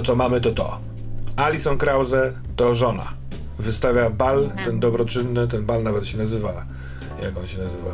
co mamy to. Alison Krause to żona. Wystawia bal, ten dobroczynny, ten bal nawet się nazywa, jak on się nazywa?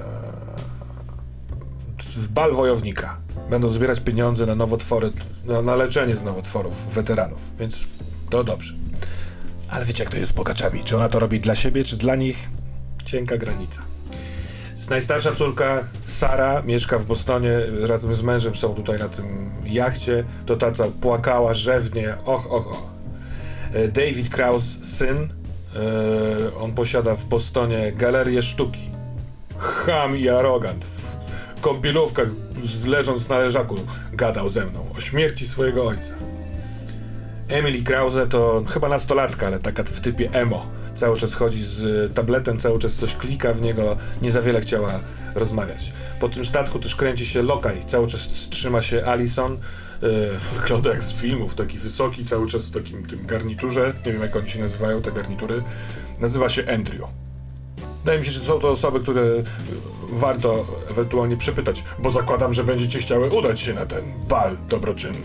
Bal wojownika. Będą zbierać pieniądze na nowotwory, na leczenie z nowotworów weteranów, więc to dobrze. Ale wiecie, jak to jest z bogaczami? Czy ona to robi dla siebie, czy dla nich? Cienka granica. Najstarsza córka, Sara, mieszka w Bostonie, razem z mężem są tutaj na tym jachcie. To taca płakała rzewnie, och. David Krause, syn, on posiada w Bostonie galerię sztuki. Cham i arogant. W kąpielówkach, leżąc na leżaku, gadał ze mną o śmierci swojego ojca. Emily Krause to chyba nastolatka, ale taka w typie emo. Cały czas chodzi z tabletem, cały czas coś klika w niego, nie za wiele chciała rozmawiać. Po tym statku też kręci się lokaj, cały czas trzyma się Alison, wygląda jak z filmów, taki wysoki, cały czas w takim tym garniturze, nie wiem jak oni się nazywają, te garnitury, nazywa się Andrew. Wydaje mi się, że są to osoby, które warto ewentualnie przepytać, bo zakładam, że będziecie chciały udać się na ten bal dobroczynny.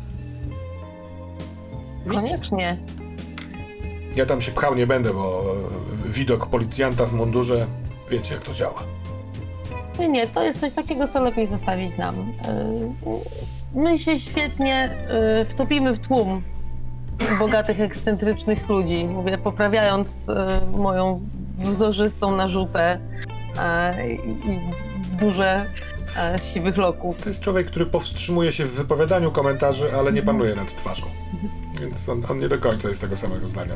Koniecznie. Ja tam się pchał nie będę, bo widok policjanta w mundurze, wiecie jak to działa. Nie, to jest coś takiego, co lepiej zostawić nam. My się świetnie wtopimy w tłum bogatych, ekscentrycznych ludzi, mówię, poprawiając moją wzorzystą narzutę i duże siwych loków. To jest człowiek, który powstrzymuje się w wypowiadaniu komentarzy, ale nie panuje nad twarzą. Więc on nie do końca jest tego samego zdania.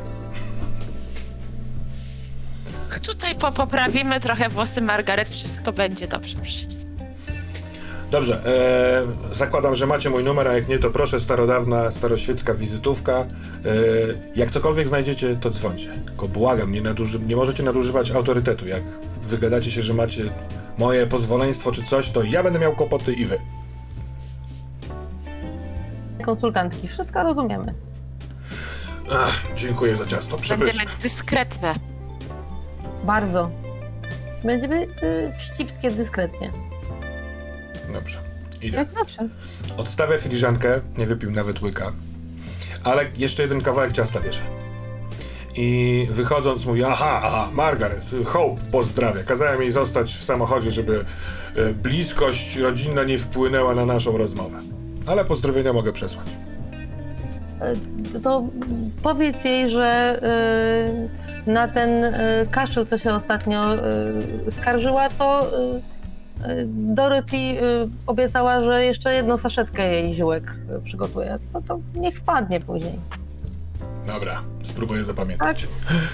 Tutaj poprawimy trochę włosy Margaret, wszystko będzie dobrze. Dobrze, zakładam, że macie mój numer, a jak nie, to proszę, starodawna, staroświecka wizytówka. Jak cokolwiek znajdziecie, to dzwońcie. Tylko błagam, nie możecie nadużywać autorytetu. Jak wygadacie się, że macie moje pozwoleństwo czy coś, to ja będę miał kłopoty i wy. Konsultantki, wszystko rozumiemy. Dziękuję za ciasto, przepyszne. Będziemy dyskretne. Bardzo. Będziemy wścibskie, dyskretnie. Dobrze, idę. Jak zawsze. Odstawię filiżankę, nie wypił nawet łyka, ale jeszcze jeden kawałek ciasta bierze. I wychodząc mówi, aha, Margaret, Hope pozdrawia. Kazałem jej zostać w samochodzie, żeby bliskość rodzinna nie wpłynęła na naszą rozmowę. Ale pozdrowienia mogę przesłać. To powiedz jej, że na ten kaszel, co się ostatnio skarżyła, to Dorothy obiecała, że jeszcze jedną saszetkę jej ziółek przygotuje. No to niech wpadnie później. Dobra, spróbuję zapamiętać.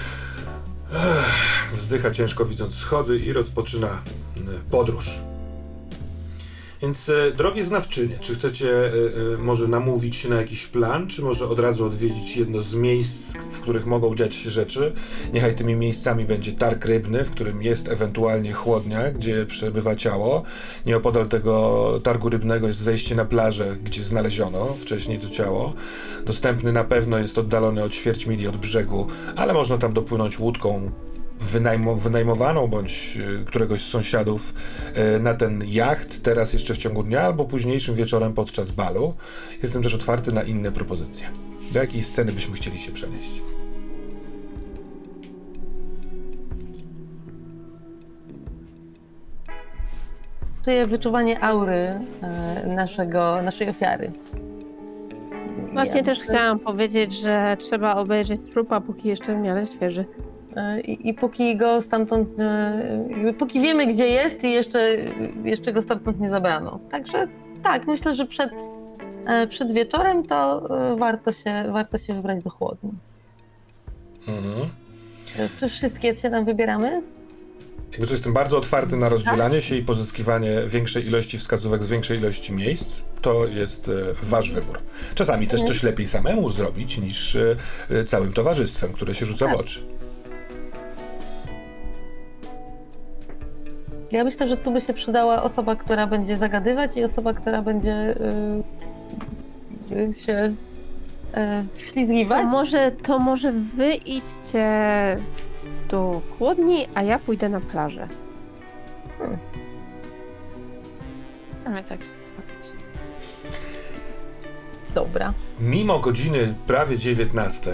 Wzdycha ciężko, widząc schody i rozpoczyna podróż. Więc, drogie znawczynie, czy chcecie może namówić się na jakiś plan, czy może od razu odwiedzić jedno z miejsc, w których mogą dziać się rzeczy? Niechaj tymi miejscami będzie targ rybny, w którym jest ewentualnie chłodnia, gdzie przebywa ciało. Nieopodal tego targu rybnego jest zejście na plażę, gdzie znaleziono wcześniej to ciało. Dostępny na pewno jest oddalony o ćwierć mili od brzegu, ale można tam dopłynąć łódką wynajmowaną bądź któregoś z sąsiadów na ten jacht, teraz jeszcze w ciągu dnia albo późniejszym wieczorem podczas balu. Jestem też otwarty na inne propozycje. Do jakiej sceny byśmy chcieli się przenieść? Czuję wyczuwanie aury naszej ofiary. Właśnie też chciałam powiedzieć, że trzeba obejrzeć trupa, póki jeszcze w miarę świeży. I póki go stamtąd, póki wiemy, gdzie jest i jeszcze go stamtąd nie zabrano. Także tak, myślę, że przed wieczorem to warto się wybrać do chłodni. Mhm. Czy wszystkie się tam wybieramy? Jakby co, jestem bardzo otwarty na rozdzielanie się i pozyskiwanie większej ilości wskazówek z większej ilości miejsc. To jest wasz wybór. Czasami też coś lepiej samemu zrobić niż całym towarzystwem, które się rzuca w oczy. Ja myślę, że tu by się przydała osoba, która będzie zagadywać i osoba, która będzie się ślizgiwać. To może wy idźcie do chłodni, a ja pójdę na plażę. Mamy tak się spotkać. Dobra. Mimo godziny prawie 19,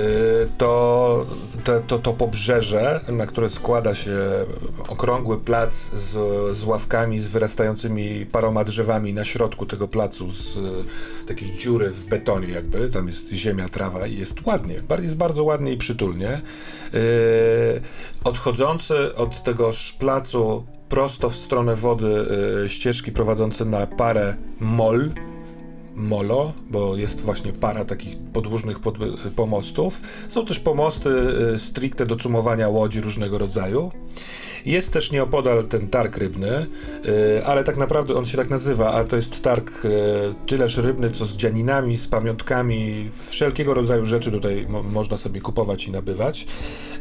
to pobrzeże, na które składa się okrągły plac z ławkami, z wyrastającymi paroma drzewami na środku tego placu, z takiej dziury w betonie jakby, tam jest ziemia, trawa i jest ładnie, jest bardzo ładnie i przytulnie. Odchodzący od tegoż placu prosto w stronę wody ścieżki prowadzące na parę molo, bo jest właśnie para takich podłużnych pomostów. Są też pomosty stricte do cumowania łodzi różnego rodzaju. Jest też nieopodal ten targ rybny, ale tak naprawdę on się tak nazywa, a to jest targ tyleż rybny, co z dzianinami, z pamiątkami, wszelkiego rodzaju rzeczy tutaj można sobie kupować i nabywać.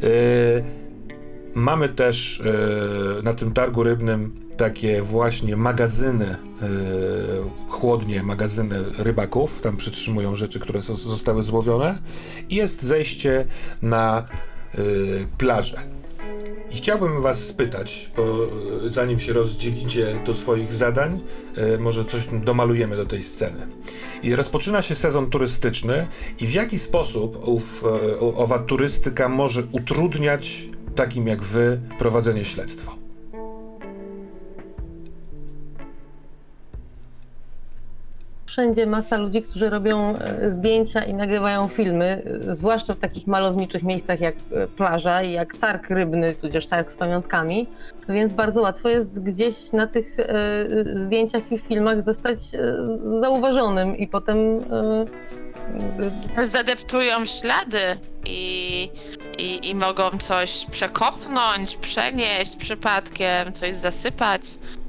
Mamy też na tym targu rybnym takie właśnie magazyny, chłodnie, magazyny rybaków, tam przytrzymują rzeczy, które zostały złowione i jest zejście na plażę. I chciałbym was spytać, bo zanim się rozdzielicie do swoich zadań, może coś domalujemy do tej sceny. I rozpoczyna się sezon turystyczny i w jaki sposób owa turystyka może utrudniać takim jak wy prowadzenie śledztwa? Wszędzie masa ludzi, którzy robią zdjęcia i nagrywają filmy, zwłaszcza w takich malowniczych miejscach jak plaża i jak targ rybny, tudzież targ z pamiątkami, więc bardzo łatwo jest gdzieś na tych zdjęciach i filmach zostać zauważonym i potem... Zadeptują ślady i mogą coś przekopnąć, przenieść przypadkiem, coś zasypać,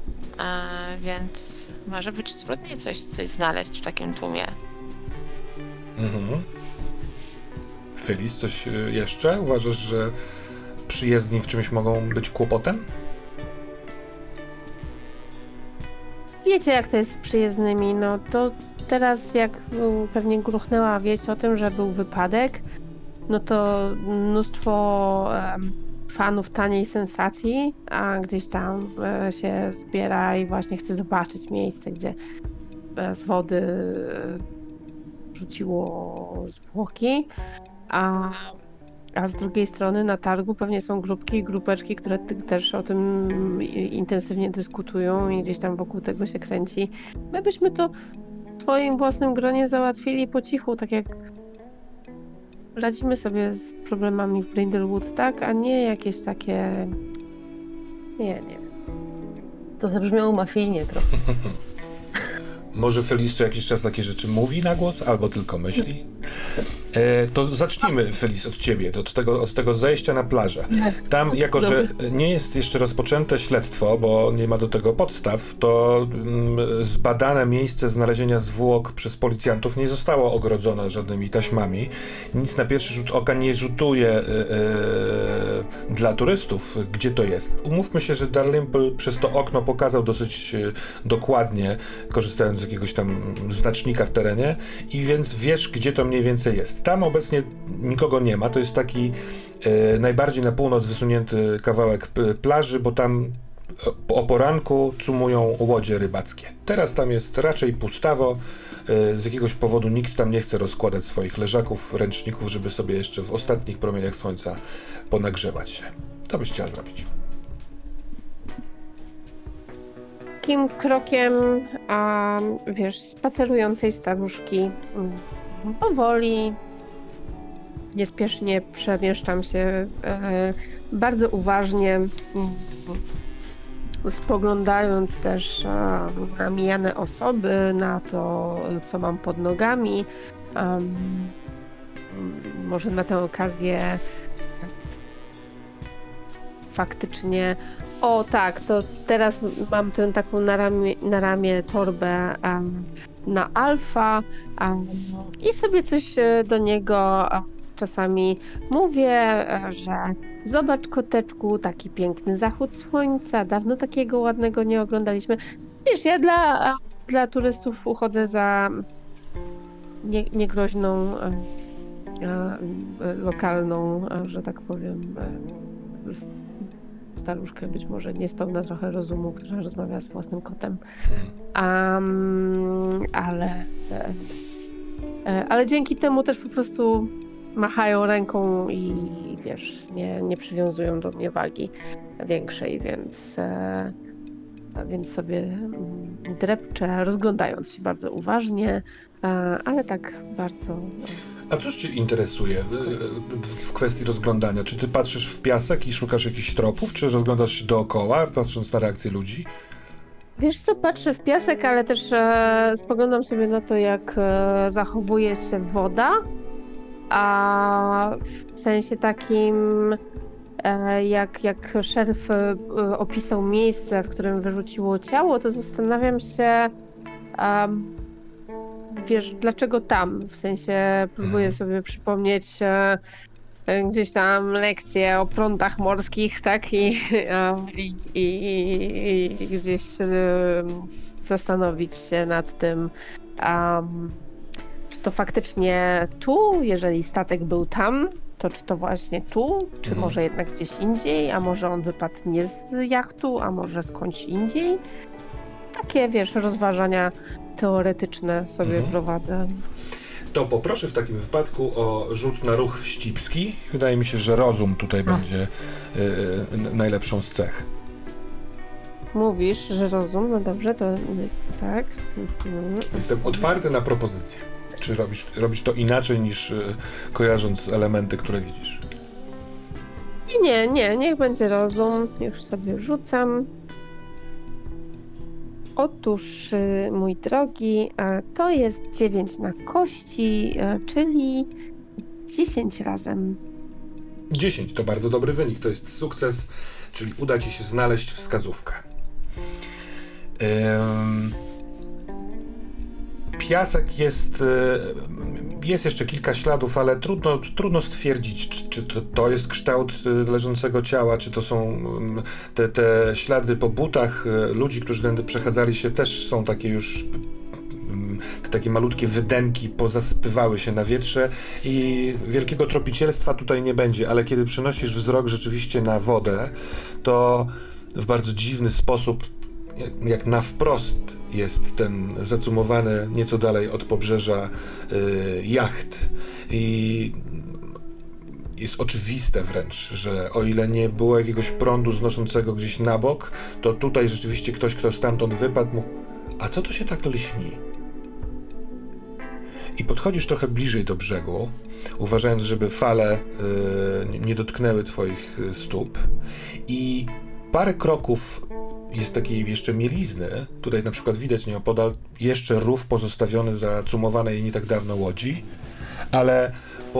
więc może być trudniej coś znaleźć w takim tłumie. Mhm. Felis, coś jeszcze? Uważasz, że przyjezdni w czymś mogą być kłopotem? Wiecie, jak to jest z przyjezdnymi, no to teraz jak pewnie gruchnęła wieść o tym, że był wypadek, no to mnóstwo fanów taniej sensacji, a gdzieś tam się zbiera i właśnie chce zobaczyć miejsce, gdzie z wody rzuciło zwłoki, a z drugiej strony na targu pewnie są grupki i grupeczki, które też o tym intensywnie dyskutują i gdzieś tam wokół tego się kręci. My byśmy to w swoim własnym gronie załatwili po cichu, tak jak radzimy sobie z problemami w Brindlewood, tak? A nie jakieś takie... Nie wiem. To zabrzmiało mafijnie trochę. Może Felis co jakiś czas takie rzeczy mówi na głos, albo tylko myśli? To zacznijmy, Felis, od ciebie, od tego zejścia na plażę. Tam, jako że nie jest jeszcze rozpoczęte śledztwo, bo nie ma do tego podstaw, to zbadane miejsce znalezienia zwłok przez policjantów nie zostało ogrodzone żadnymi taśmami. Nic na pierwszy rzut oka nie rzutuje dla turystów, gdzie to jest. Umówmy się, że Dalrymple przez to okno pokazał dosyć dokładnie, korzystając z jakiegoś tam znacznika w terenie, i więc wiesz, gdzie to mniej więcej jest. Tam obecnie nikogo nie ma, to jest taki najbardziej na północ wysunięty kawałek plaży, bo tam o poranku cumują łodzie rybackie. Teraz tam jest raczej pustawo, z jakiegoś powodu nikt tam nie chce rozkładać swoich leżaków, ręczników, żeby sobie jeszcze w ostatnich promieniach słońca ponagrzewać się. Co byś chciała zrobić? Takim krokiem, wiesz, spacerującej staruszki, powoli, niespiesznie przemieszczam się, bardzo uważnie, spoglądając też na mijane osoby, na to, co mam pod nogami. Może na tę okazję faktycznie... O tak, to teraz mam tę taką na ramię torbę na alfa i sobie coś do niego czasami mówię, że zobacz, koteczku, taki piękny zachód słońca, dawno takiego ładnego nie oglądaliśmy. Wiesz, ja dla turystów uchodzę za niegroźną, lokalną, że tak powiem, staruszkę, być może niespełna trochę rozumu, która rozmawia z własnym kotem. Ale Ale dzięki temu też po prostu machają ręką i wiesz, nie przywiązują do mnie wagi większej, więc sobie drepczę, rozglądając się bardzo uważnie, ale tak bardzo. A cóż cię interesuje w kwestii rozglądania? Czy ty patrzysz w piasek i szukasz jakichś tropów, czy rozglądasz się dookoła, patrząc na reakcję ludzi? Wiesz co, patrzę w piasek, ale też spoglądam sobie na to, jak zachowuje się woda, a w sensie takim, jak szeryf opisał miejsce, w którym wyrzuciło ciało, to zastanawiam się, wiesz, dlaczego tam? W sensie próbuję sobie przypomnieć gdzieś tam lekcje o prądach morskich, tak? I gdzieś zastanowić się nad tym, czy to faktycznie tu, jeżeli statek był tam, to czy to właśnie tu, czy może jednak gdzieś indziej, a może on wypadł nie z jachtu, a może skądś indziej. Takie, wiesz, rozważania teoretyczne sobie prowadzę. To poproszę w takim wypadku o rzut na ruch wścibski. Wydaje mi się, że rozum tutaj będzie najlepszą z cech. Mówisz, że rozum, no dobrze, to tak. Jestem otwarty na propozycję. Czy robisz to inaczej niż kojarząc elementy, które widzisz? Nie, niech będzie rozum. Już sobie rzucam. Otóż, mój drogi, to jest 9 na kości, czyli 10 razem. 10 to bardzo dobry wynik, to jest sukces, czyli uda ci się znaleźć wskazówkę. Piasek jest jeszcze kilka śladów, ale trudno stwierdzić, czy to jest kształt leżącego ciała, czy to są te ślady po butach ludzi, którzy tędy przechadzali się, też są takie już te takie malutkie wydenki pozasypywały się na wietrze i wielkiego tropicielstwa tutaj nie będzie, ale kiedy przenosisz wzrok rzeczywiście na wodę, to w bardzo dziwny sposób, jak na wprost jest ten zacumowany nieco dalej od pobrzeża jacht i jest oczywiste wręcz, że o ile nie było jakiegoś prądu znoszącego gdzieś na bok, to tutaj rzeczywiście ktoś, kto stamtąd wypadł, mógł... A co to się tak lśni? I podchodzisz trochę bliżej do brzegu, uważając, żeby fale nie dotknęły twoich stóp i parę kroków jest takiej jeszcze mielizny, tutaj na przykład widać nieopodal jeszcze rów pozostawiony zacumowanej nie tak dawno łodzi, ale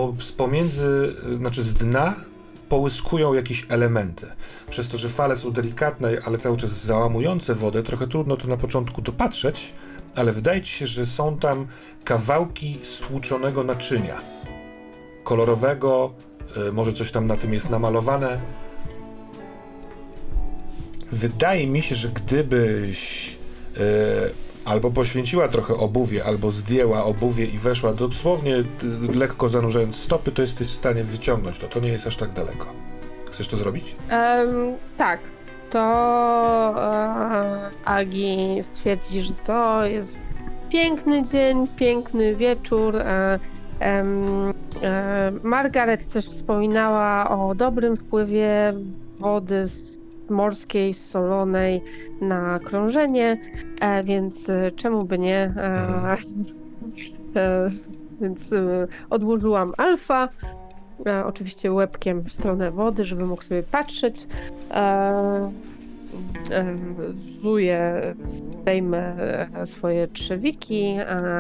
z dna połyskują jakieś elementy. Przez to, że fale są delikatne, ale cały czas załamujące wodę, trochę trudno to na początku dopatrzeć, ale wydaje ci się, że są tam kawałki stłuczonego naczynia. Kolorowego, może coś tam na tym jest namalowane. Wydaje mi się, że gdybyś albo poświęciła trochę obuwie, albo zdjęła obuwie i weszła dosłownie lekko zanurzając stopy, to jesteś w stanie wyciągnąć to. To nie jest aż tak daleko. Chcesz to zrobić? Tak. To Agi stwierdzi, że to jest piękny dzień, piękny wieczór. Margaret coś wspominała o dobrym wpływie wody morskiej, solonej na krążenie, więc czemu by nie? Więc odłożyłam alfa, oczywiście łebkiem w stronę wody, żeby mógł sobie patrzeć. Zuję, zdejmę swoje trzewiki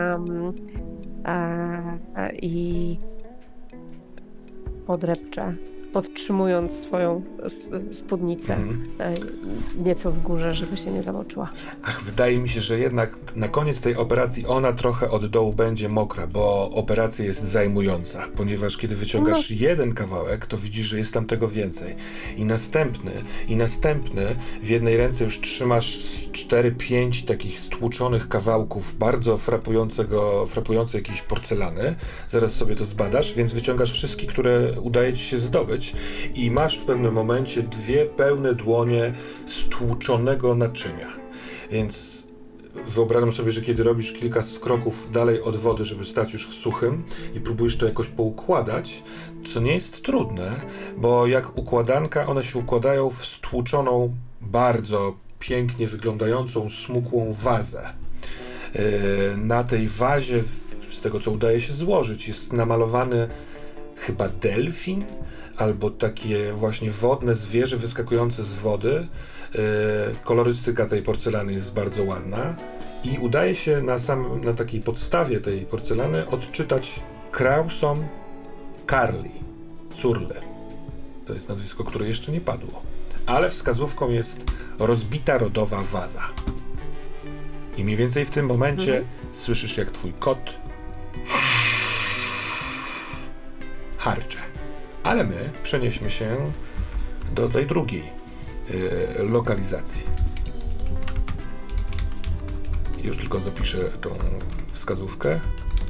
i podrepczę, podtrzymując swoją spódnicę nieco w górze, żeby się nie zamoczyła. Ach, wydaje mi się, że jednak na koniec tej operacji ona trochę od dołu będzie mokra, bo operacja jest zajmująca, ponieważ kiedy wyciągasz jeden kawałek, to widzisz, że jest tam tego więcej. I następny, w jednej ręce już trzymasz 4-5 takich stłuczonych kawałków bardzo frapującej jakiejś porcelany. Zaraz sobie to zbadasz, więc wyciągasz wszystkie, które udaje ci się zdobyć i masz w pewnym momencie 2 pełne dłonie stłuczonego naczynia. Więc wyobrażam sobie, że kiedy robisz kilka kroków dalej od wody, żeby stać już w suchym i próbujesz to jakoś poukładać, co nie jest trudne, bo jak układanka, one się układają w stłuczoną, bardzo pięknie wyglądającą, smukłą wazę. Na tej wazie, z tego co udaje się złożyć, jest namalowany chyba delfin, albo takie właśnie wodne zwierzę wyskakujące z wody. Kolorystyka tej porcelany jest bardzo ładna i udaje się na takiej podstawie tej porcelany odczytać Krausom Karli, Curle. To jest nazwisko, które jeszcze nie padło. Ale wskazówką jest rozbita rodowa waza. I mniej więcej w tym momencie słyszysz, jak twój kot harcze. Ale my przenieśmy się do tej drugiej lokalizacji. Już tylko dopiszę tą wskazówkę.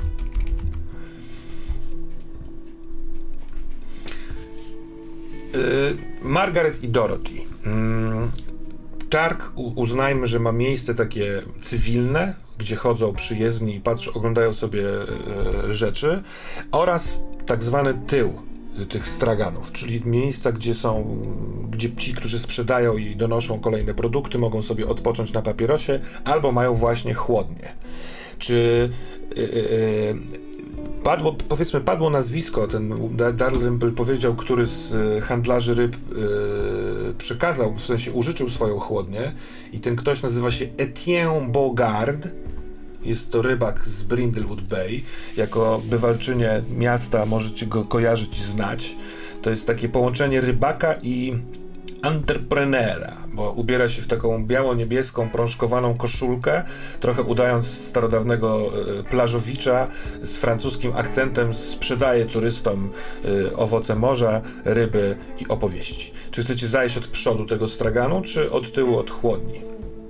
Margaret i Dorothy. Targ uznajmy, że ma miejsce takie cywilne, gdzie chodzą przyjezdni i oglądają sobie rzeczy, oraz tak zwany tył tych straganów, czyli miejsca, gdzie ci, którzy sprzedają i donoszą kolejne produkty, mogą sobie odpocząć na papierosie, albo mają właśnie chłodnie. Czy padło nazwisko, ten Dalrymple powiedział, który z handlarzy ryb przekazał, w sensie użyczył swoją chłodnię, i ten ktoś nazywa się Etienne Bogard. Jest to rybak z Brindlewood Bay. Jako bywalczynie miasta możecie go kojarzyć i znać. To jest takie połączenie rybaka i entreprenera, bo ubiera się w taką biało-niebieską, prążkowaną koszulkę, trochę udając starodawnego plażowicza z francuskim akcentem, sprzedaje turystom owoce morza, ryby i opowieści. Czy chcecie zajść od przodu tego straganu, czy od tyłu, od chłodni?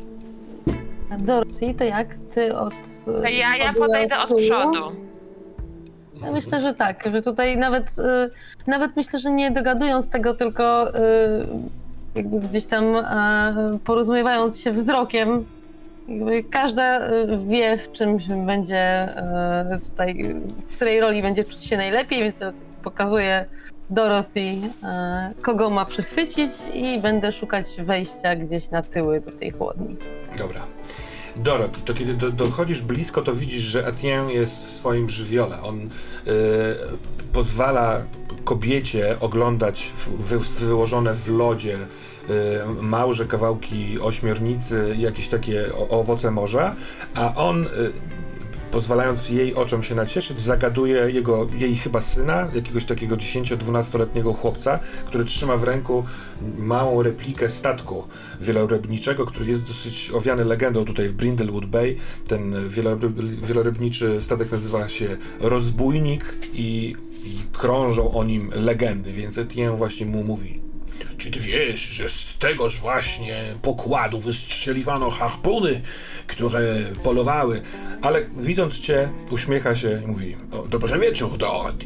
Dorothy, to jak ty od... Ja podejdę od przodu. Ja myślę, że tak, że tutaj nawet myślę, że nie dogadując tego, tylko jakby gdzieś tam porozumiewając się wzrokiem, jakby każda wie, w czymś będzie tutaj, w której roli będzie czuć się najlepiej, więc ja pokazuję Dorothy, kogo ma przechwycić, i będę szukać wejścia gdzieś na tyły do tej chłodni. Dobra. Dorothy, to kiedy dochodzisz blisko, to widzisz, że Etienne jest w swoim żywiole. On pozwala kobiecie oglądać wyłożone w lodzie małże kawałki ośmiornicy, jakieś takie owoce morza, a on, pozwalając jej oczom się nacieszyć, zagaduje jej chyba syna, jakiegoś takiego 10-12-letniego chłopca, który trzyma w ręku małą replikę statku wielorybniczego, który jest dosyć owiany legendą tutaj w Brindlewood Bay. Ten wielorybniczy statek nazywa się Rozbójnik i krążą o nim legendy, więc Etienne właśnie mu mówi: czy ty wiesz, że z tegoż właśnie pokładu wystrzeliwano harpuny, które polowały? Ale widząc cię, uśmiecha się i mówi: dobry wieczór, Dorothy.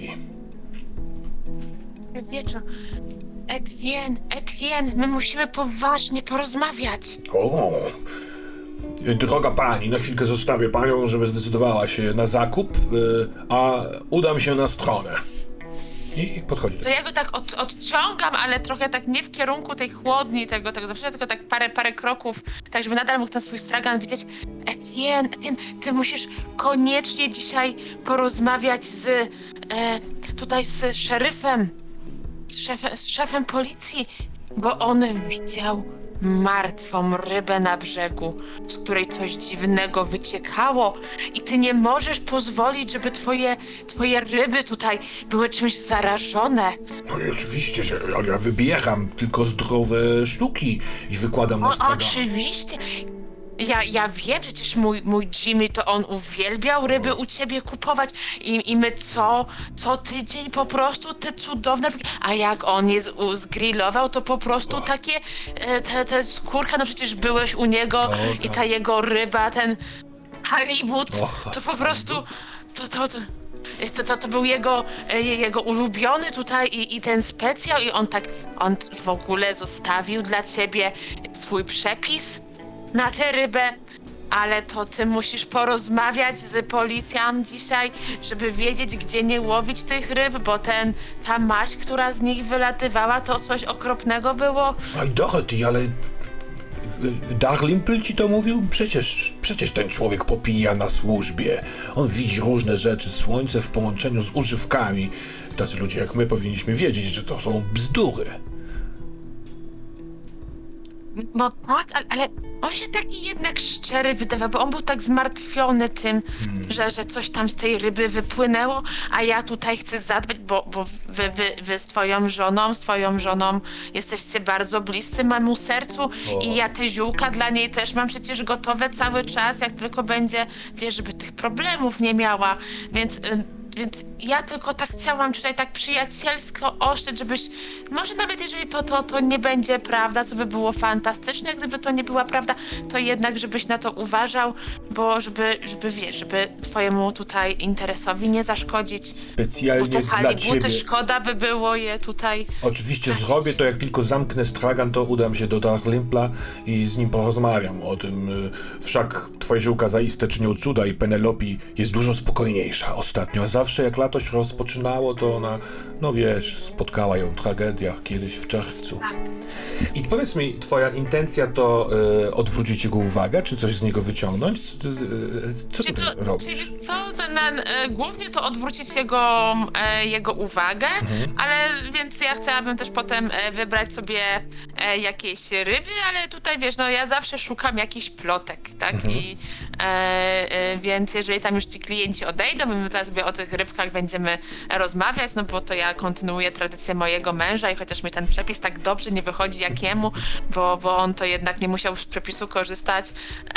Wieczór. Etienne, my musimy poważnie porozmawiać. O, droga pani, na chwilkę zostawię panią, żeby zdecydowała się na zakup, a udam się na stronę. I podchodzi do To ja go tak odciągam, ale trochę tak nie w kierunku tej chłodni, tego do przodu, tylko tak parę kroków, tak żeby nadal mógł ten swój stragan widzieć. Etienne, ty musisz koniecznie dzisiaj porozmawiać tutaj z szeryfem, z szefem policji, bo on widział martwą rybę na brzegu, z której coś dziwnego wyciekało, i ty nie możesz pozwolić, żeby twoje ryby tutaj były czymś zarażone. No i oczywiście, że ja wybieram tylko zdrowe sztuki i wykładam na stragan. Oczywiście. Ja wiem, przecież mój Jimmy, to on uwielbiał ryby u ciebie kupować i my co tydzień po prostu te cudowne, a jak on je zgrillował, to po prostu takie te skórka, no przecież byłeś u niego i ta jego ryba, ten halibut, to po prostu to był jego ulubiony tutaj i ten specjał, i on w ogóle zostawił dla ciebie swój przepis na tę rybę, ale to ty musisz porozmawiać z policją dzisiaj, żeby wiedzieć, gdzie nie łowić tych ryb, bo ta maź, która z nich wylatywała, to coś okropnego było. Aj, Dorothy, ale... Dalrymple ci to mówił? Przecież ten człowiek popija na służbie. On widzi różne rzeczy, słońce w połączeniu z używkami. Tacy ludzie jak my powinniśmy wiedzieć, że to są bzdury. No tak, ale on się taki jednak szczery wydawał, bo on był tak zmartwiony tym, że coś tam z tej ryby wypłynęło, a ja tutaj chcę zadbać, bo wy z twoją żoną jesteście bardzo bliscy memu sercu i ja te ziółka dla niej też mam przecież gotowe cały czas, jak tylko będzie, wiesz, żeby tych problemów nie miała, więc ja tylko tak chciałam tutaj tak przyjacielsko oszczędzić, żebyś, może nawet jeżeli to nie będzie prawda, to by było fantastyczne, gdyby to nie była prawda, to jednak żebyś na to uważał, bo żeby wiesz, żeby twojemu tutaj interesowi nie zaszkodzić. Specjalnie bo te dla halibuty, ciebie. szkoda by było je tutaj Oczywiście tracić. zrobię to, jak tylko zamknę stragan, to udam się do Dalrympla i z nim porozmawiam o tym. Wszak twoja ziółka zaiste czynią cuda i Penelope jest dużo spokojniejsza ostatnio, a zawsze jak lato się rozpoczynało, to ona, no wiesz, spotkała ją tragedia kiedyś w czerwcu. Tak. I powiedz mi, twoja intencja to odwrócić jego uwagę, czy coś z niego wyciągnąć? Co ty robisz? Czyli co, głównie to odwrócić jego uwagę, ale więc ja chciałabym też potem wybrać sobie jakieś ryby, ale tutaj wiesz, no ja zawsze szukam jakichś plotek, tak? I więc jeżeli tam już ci klienci odejdą i my teraz sobie o tych rybkach będziemy rozmawiać, no bo to ja kontynuuję tradycję mojego męża i chociaż mi ten przepis tak dobrze nie wychodzi jak jemu, bo on to jednak nie musiał z przepisu korzystać,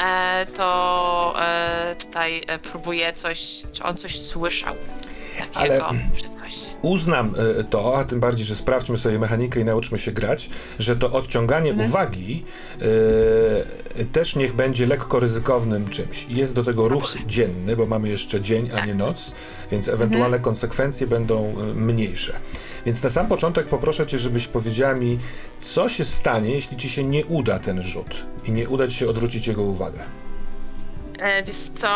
to tutaj próbuję coś, czy on coś słyszał takiego, czy coś. Uznam to, a tym bardziej, że sprawdźmy sobie mechanikę i nauczmy się grać, że to odciąganie uwagi też niech będzie lekko ryzykownym czymś. Jest do tego ruch dzienny, bo mamy jeszcze dzień, a nie noc, więc ewentualne konsekwencje będą mniejsze. Więc na sam początek poproszę cię, żebyś powiedziała mi, co się stanie, jeśli ci się nie uda ten rzut i nie uda ci się odwrócić jego uwagę. Wiesz co?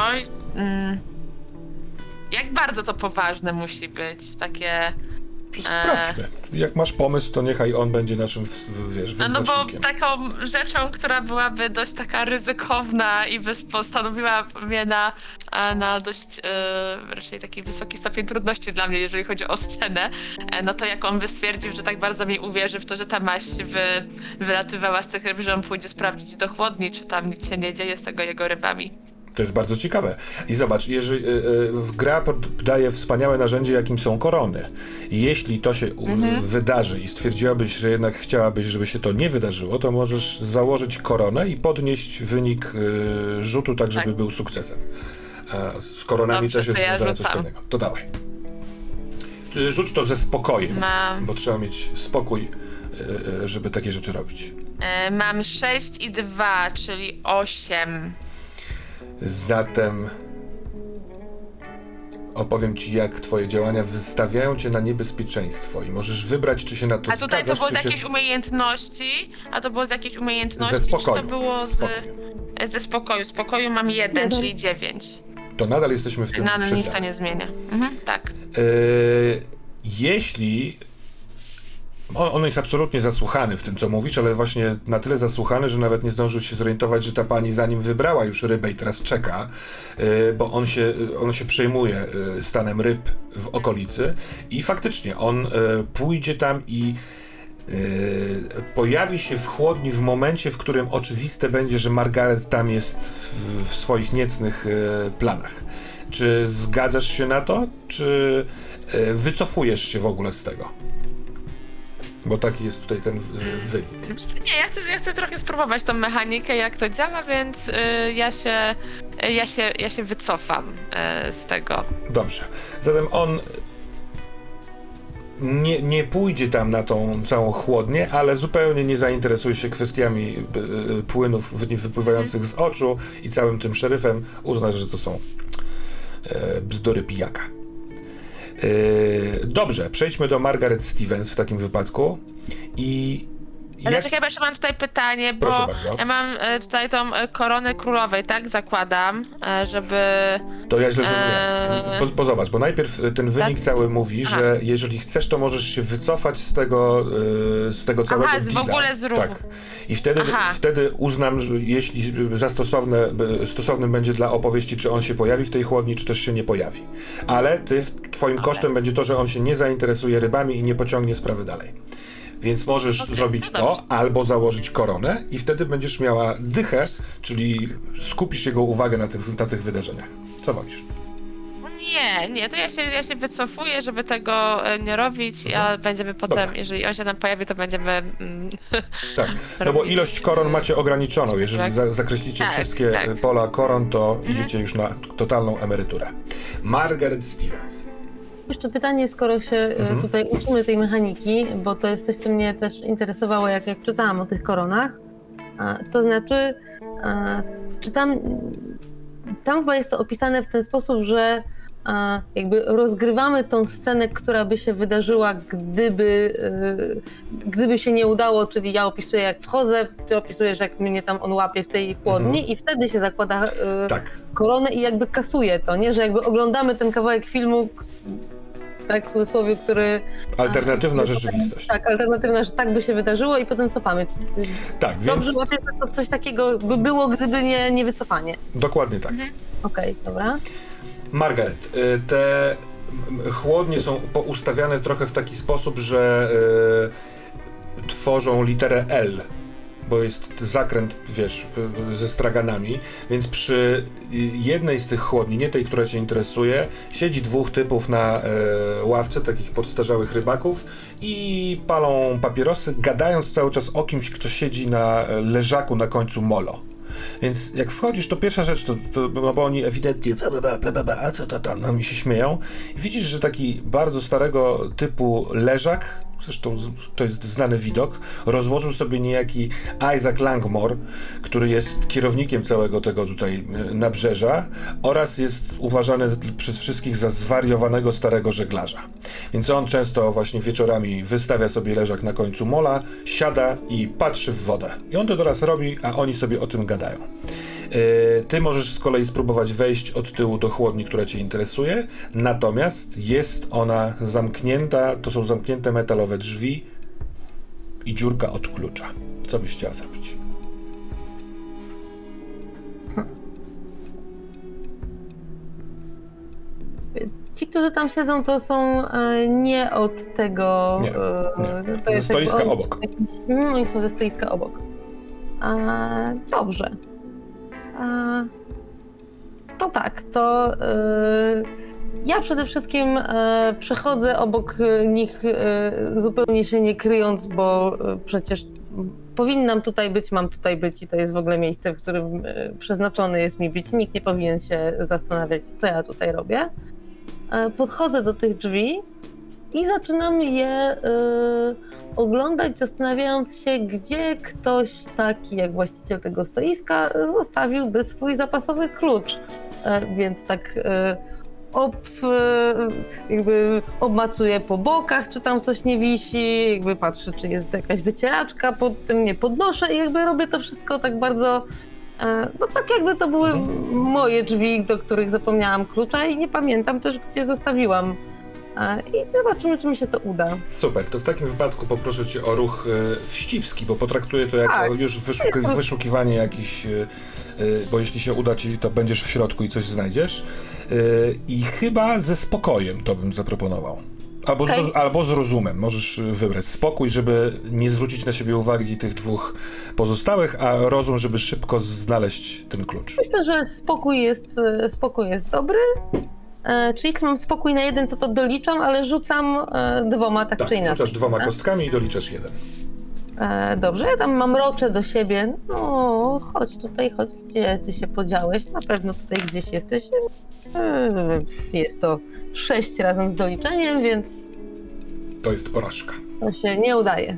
Jak bardzo to poważne musi być? Takie... Sprawdźmy. Jak masz pomysł, to niechaj on będzie naszym, wiesz, No wyznacznikiem. bo taką rzeczą, która byłaby dość taka ryzykowna i postanowiła mnie na dość raczej taki wysoki stopień trudności dla mnie, jeżeli chodzi o scenę, no to jak on by stwierdził, że tak bardzo mi uwierzy w to, że ta maść wylatywała z tych ryb, że on pójdzie sprawdzić do chłodni, czy tam nic się nie dzieje z tego jego rybami. To jest bardzo ciekawe. I zobacz, jeżeli gra daje wspaniałe narzędzie, jakim są korony. I jeśli to się wydarzy i stwierdziłabyś, że jednak chciałabyś, żeby się to nie wydarzyło, to możesz założyć koronę i podnieść wynik rzutu tak, żeby był sukcesem. A z koronami Dobrze, też jest to ja związane coś rzucam. fajnego. To dawaj. Rzuć to ze spokojem, bo trzeba mieć spokój, żeby takie rzeczy robić. Mam 6 i 2, czyli 8. Zatem opowiem ci, jak twoje działania wystawiają cię na niebezpieczeństwo i możesz wybrać, czy się na to A tutaj zgadzasz, to było czy z się... jakiejś umiejętności? A to było z jakiejś umiejętności? Ze spokoju. Czy to było ze spokoju? Spokoju mam 1, czyli 9. To nadal jesteśmy w tym Nic to przedziale. nie zmienia. Tak. Jeśli... On jest absolutnie zasłuchany w tym, co mówisz, ale właśnie na tyle zasłuchany, że nawet nie zdążył się zorientować, że ta pani zanim wybrała już rybę i teraz czeka, bo on się przejmuje stanem ryb w okolicy i faktycznie on pójdzie tam i pojawi się w chłodni w momencie, w którym oczywiste będzie, że Margaret tam jest w swoich niecnych planach. Czy zgadzasz się na to, czy wycofujesz się w ogóle z tego? Bo taki jest tutaj ten wynik. Nie, ja chcę trochę spróbować tą mechanikę, jak to działa, więc ja się wycofam z tego. Dobrze. Zatem on nie pójdzie tam na tą całą chłodnię, ale zupełnie nie zainteresuje się kwestiami płynów wypływających z oczu i całym tym szeryfem uzna, że to są bzdury pijaka. Dobrze, przejdźmy do Margaret Stevens w takim wypadku i Ale Jak... czekaj, bo jeszcze mam tutaj pytanie, bo Proszę bardzo. ja mam tutaj tą koronę królowej, tak? Zakładam, żeby... To ja źle zrozumiałem. Bo zobacz, bo najpierw ten wynik cały mówi, Aha. że jeżeli chcesz, to możesz się wycofać z tego całego Aha, deala. w ogóle z ruchu. Tak. I wtedy, Aha. wtedy uznam, że jeśli stosownym będzie dla opowieści, czy on się pojawi w tej chłodni, czy też się nie pojawi. Ale twoim kosztem będzie to, że on się nie zainteresuje rybami i nie pociągnie sprawy dalej. Więc możesz zrobić no to, dobrze. albo założyć koronę i wtedy będziesz miała dychę, czyli skupisz jego uwagę na tych wydarzeniach. Co wolisz? Nie, to ja się wycofuję, żeby tego nie robić, a będziemy potem, Dobra. jeżeli on się tam pojawi, to będziemy... Tak, no bo robić, ilość koron macie ograniczoną. Jeżeli tak. zakreślicie Tak, wszystkie tak. pola koron, to idziecie już na totalną emeryturę. Margaret Stevens. Jeszcze pytanie, skoro się tutaj uczymy tej mechaniki, bo to jest coś, co mnie też interesowało, jak czytałam o tych koronach. To znaczy, czy tam chyba jest to opisane w ten sposób, że jakby rozgrywamy tą scenę, która by się wydarzyła, gdyby się nie udało, czyli ja opisuję, jak wchodzę, ty opisujesz, jak mnie tam on łapie w tej chłodni i wtedy się zakłada Tak. koronę i jakby kasuje to, nie? Że jakby oglądamy ten kawałek filmu, tak w cudzysłowie, który... Alternatywna rzeczywistość. Tak, alternatywna, że tak by się wydarzyło i potem cofamy. Tak, więc Dobrze łapię, że to coś takiego by było, gdyby nie wycofanie. dokładnie tak. Okej, dobra. Margaret, te chłodnie są poustawiane trochę w taki sposób, że tworzą literę L, bo jest zakręt, wiesz, ze straganami, więc przy jednej z tych chłodni, nie tej, która cię interesuje, siedzi dwóch typów na ławce, takich podstarzałych rybaków i palą papierosy, gadając cały czas o kimś, kto siedzi na leżaku na końcu molo. Więc jak wchodzisz, to pierwsza rzecz, no bo oni ewidentnie a co to tam, mi się śmieją. I widzisz, że taki bardzo starego typu leżak, zresztą to jest znany widok, rozłożył sobie niejaki Isaac Langmore, który jest kierownikiem całego tego tutaj nabrzeża oraz jest uważany przez wszystkich za zwariowanego starego żeglarza. Więc on często właśnie wieczorami wystawia sobie leżak na końcu mola, siada i patrzy w wodę. I on to teraz robi, a oni sobie o tym gadają. Ty możesz z kolei spróbować wejść od tyłu do chłodni, która cię interesuje, natomiast jest ona zamknięta, to są zamknięte metalowe drzwi i dziurka od klucza. Co byś chciała zrobić? Ci, którzy tam siedzą, to są nie od tego... Nie. To Ze jest stoiska jakby obok. Oni są ze stoiska obok. Dobrze. To tak, to ja przede wszystkim przechodzę obok nich zupełnie się nie kryjąc, bo przecież powinnam tutaj być, mam tutaj być i to jest w ogóle miejsce, w którym przeznaczony jest mi być. Nikt nie powinien się zastanawiać, co ja tutaj robię. Podchodzę do tych drzwi i zaczynam je oglądać, zastanawiając się, gdzie ktoś taki jak właściciel tego stoiska zostawiłby swój zapasowy klucz. Więc tak jakby obmacuję po bokach, czy tam coś nie wisi, jakby patrzę, czy jest jakaś wycieraczka, potem nie podnoszę i jakby robię to wszystko tak bardzo, no tak jakby to były moje drzwi, do których zapomniałam klucza i nie pamiętam też, gdzie zostawiłam. I zobaczymy, czy mi się to uda. Super, to w takim wypadku poproszę cię o ruch wścibski, bo potraktuję to jako Tak. już wyszukiwanie jakichś, bo jeśli się uda ci, to będziesz w środku i coś znajdziesz. I chyba ze spokojem to bym zaproponował. Albo z rozumem. Możesz wybrać spokój, żeby nie zwrócić na siebie uwagi tych dwóch pozostałych, a rozum, żeby szybko znaleźć ten klucz. Myślę, że spokój jest dobry. Czy jeśli mam spokój na jeden, to doliczam, ale rzucam dwoma, tak czy inaczej. Rzucasz dwoma kostkami i doliczasz jeden. Dobrze, ja tam mamroczę do siebie. No, chodź tutaj, chodź, gdzie ty się podziałeś? Na pewno tutaj gdzieś jesteś. Jest to 6 razem z doliczeniem, więc To jest porażka. to się nie udaje.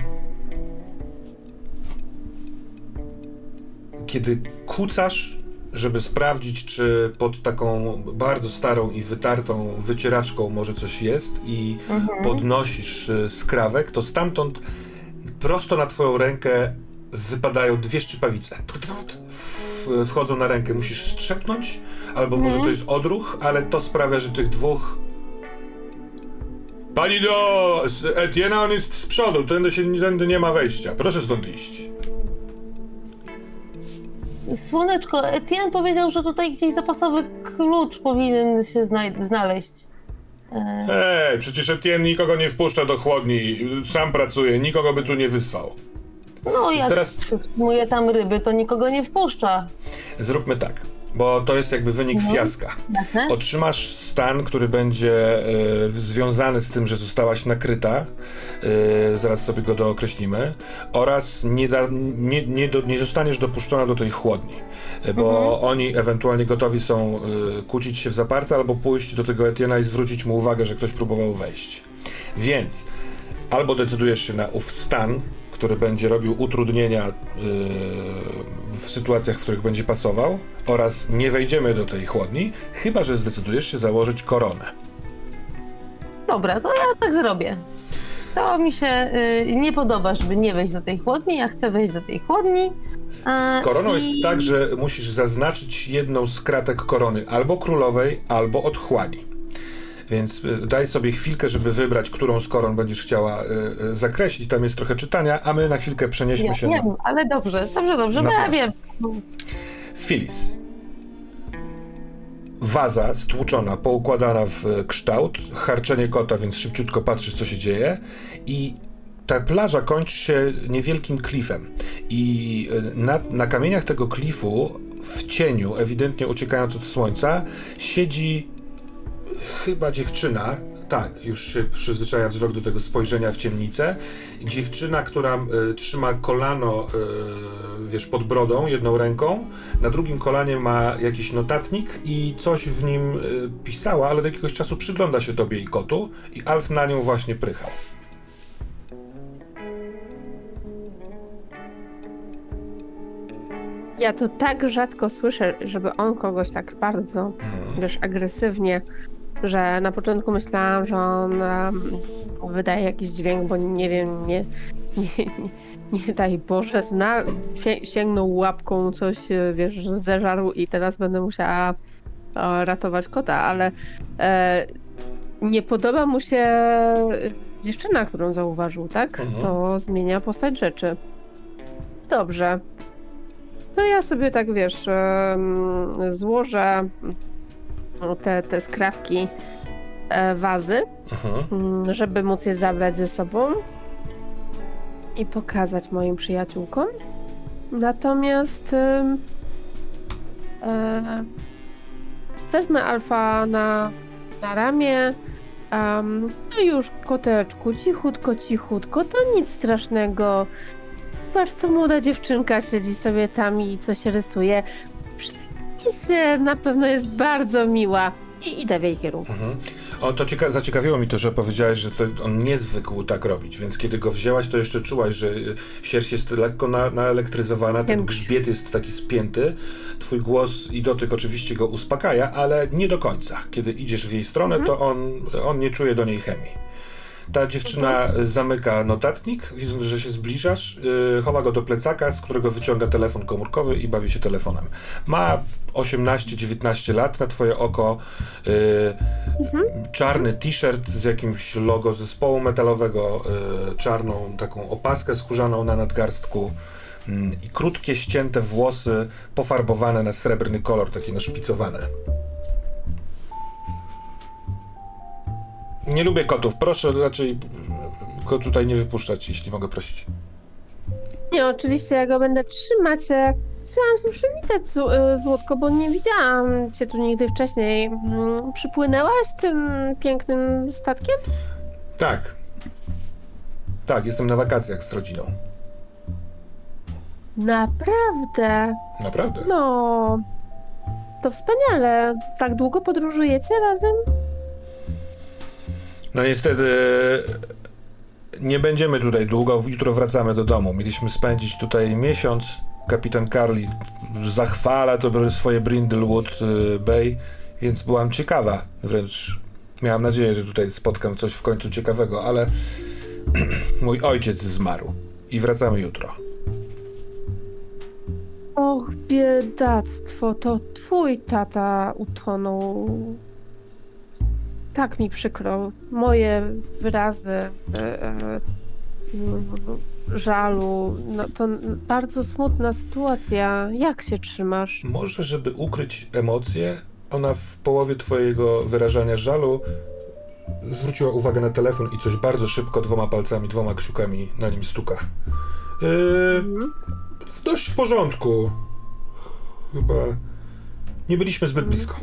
Kiedy kucasz, żeby sprawdzić, czy pod taką bardzo starą i wytartą wycieraczką może coś jest i podnosisz skrawek, to stamtąd prosto na twoją rękę wypadają 2 szczypawice. Wchodzą na rękę, musisz strzepnąć, albo może to jest odruch, ale to sprawia, że tych 2... Pani do Etiena, on jest z przodu, tędy nie ma wejścia. Proszę stąd iść. Słoneczko, Etienne powiedział, że tutaj gdzieś zapasowy klucz powinien się znaleźć. Przecież Etienne nikogo nie wpuszcza do chłodni, sam pracuje, nikogo by tu nie wysłał. No jak teraz- przyjmuje tam ryby, to nikogo nie wpuszcza. Zróbmy tak, bo to jest jakby wynik fiaska. Jasne? Otrzymasz stan, który będzie związany z tym, że zostałaś nakryta, zaraz sobie go dookreślimy, oraz nie zostaniesz dopuszczona do tej chłodni, bo oni ewentualnie gotowi są kłócić się w zaparte albo pójść do tego Etienne'a i zwrócić mu uwagę, że ktoś próbował wejść. Więc albo decydujesz się na ów stan, który będzie robił utrudnienia w sytuacjach, w których będzie pasował, oraz nie wejdziemy do tej chłodni, chyba że zdecydujesz się założyć koronę. Dobra, to ja tak zrobię. To mi się nie podoba, żeby nie wejść do tej chłodni, ja chcę wejść do tej chłodni. Z koroną jest tak, że musisz zaznaczyć jedną z kratek korony, albo królowej, albo otchłani. Więc daj sobie chwilkę, żeby wybrać, którą z koron będziesz chciała zakreślić. Tam jest trochę czytania, a my na chwilkę przenieśmy się Nie na... wiem, ale dobrze, bo ja plażę. wiem. Filis. Waza stłuczona, poukładana w kształt, harczenie kota, więc szybciutko patrzysz, co się dzieje, i ta plaża kończy się niewielkim klifem i na kamieniach tego klifu w cieniu, ewidentnie uciekając od słońca, siedzi chyba dziewczyna. Tak, już się przyzwyczaja wzrok do tego spojrzenia w ciemnicę. Dziewczyna, która trzyma kolano, pod brodą, jedną ręką. Na drugim kolanie ma jakiś notatnik i coś w nim pisała, ale do jakiegoś czasu przygląda się tobie i kotu i Alf na nią właśnie prychał. Ja to tak rzadko słyszę, żeby on kogoś tak bardzo, agresywnie, że na początku myślałam, że on wydaje jakiś dźwięk, bo nie wiem, nie daj Boże, sięgnął łapką coś, zeżarł i teraz będę musiała ratować kota, ale nie podoba mu się dziewczyna, którą zauważył, tak? To zmienia postać rzeczy. Dobrze. To ja sobie tak, złożę te skrawki wazy, żeby móc je zabrać ze sobą i pokazać moim przyjaciółkom. Natomiast wezmę Alfa na ramię. No już, koteczku, cichutko, to nic strasznego. Patrz, to młoda dziewczynka siedzi sobie tam i coś rysuje. Przecież na pewno jest bardzo miła. I idę w jej kierunku. O, to zaciekawiło mi to, że powiedziałeś, że on nie zwykł tak robić, więc kiedy go wzięłaś, to jeszcze czułaś, że sierść jest lekko naelektryzowana, ten grzbiet jest taki spięty, twój głos i dotyk oczywiście go uspokaja, ale nie do końca. Kiedy idziesz w jej stronę, to on nie czuje do niej chemii. Ta dziewczyna zamyka notatnik, widząc, że się zbliżasz, chowa go do plecaka, z którego wyciąga telefon komórkowy i bawi się telefonem. Ma 18-19 lat, na twoje oko czarny t-shirt z jakimś logo zespołu metalowego, czarną taką opaskę skórzaną na nadgarstku i krótkie, ścięte włosy pofarbowane na srebrny kolor, takie naszpicowane. Nie lubię kotów. Proszę raczej go tutaj nie wypuszczać, jeśli mogę prosić. Nie, oczywiście ja go będę trzymać. Chciałam się przywitać, Złotko, bo nie widziałam cię tu nigdy wcześniej. Przypłynęłaś tym pięknym statkiem? Tak. Tak, jestem na wakacjach z rodziną. Naprawdę? Naprawdę? No, to wspaniale. Tak długo podróżujecie razem? No niestety nie będziemy tutaj długo, jutro wracamy do domu. Mieliśmy spędzić tutaj miesiąc, kapitan Carly zachwala to swoje Brindlewood Bay, więc byłam ciekawa, wręcz miałam nadzieję, że tutaj spotkam coś w końcu ciekawego, ale mój ojciec zmarł i wracamy jutro. Och, biedactwo, to twój tata utonął. Tak mi przykro. Moje wyrazy żalu, no to bardzo smutna sytuacja. Jak się trzymasz? Może, żeby ukryć emocje, ona w połowie twojego wyrażania żalu zwróciła uwagę na telefon i coś bardzo szybko 2 palcami, 2 kciukami na nim stuka. Dość w porządku. Chyba nie byliśmy zbyt blisko.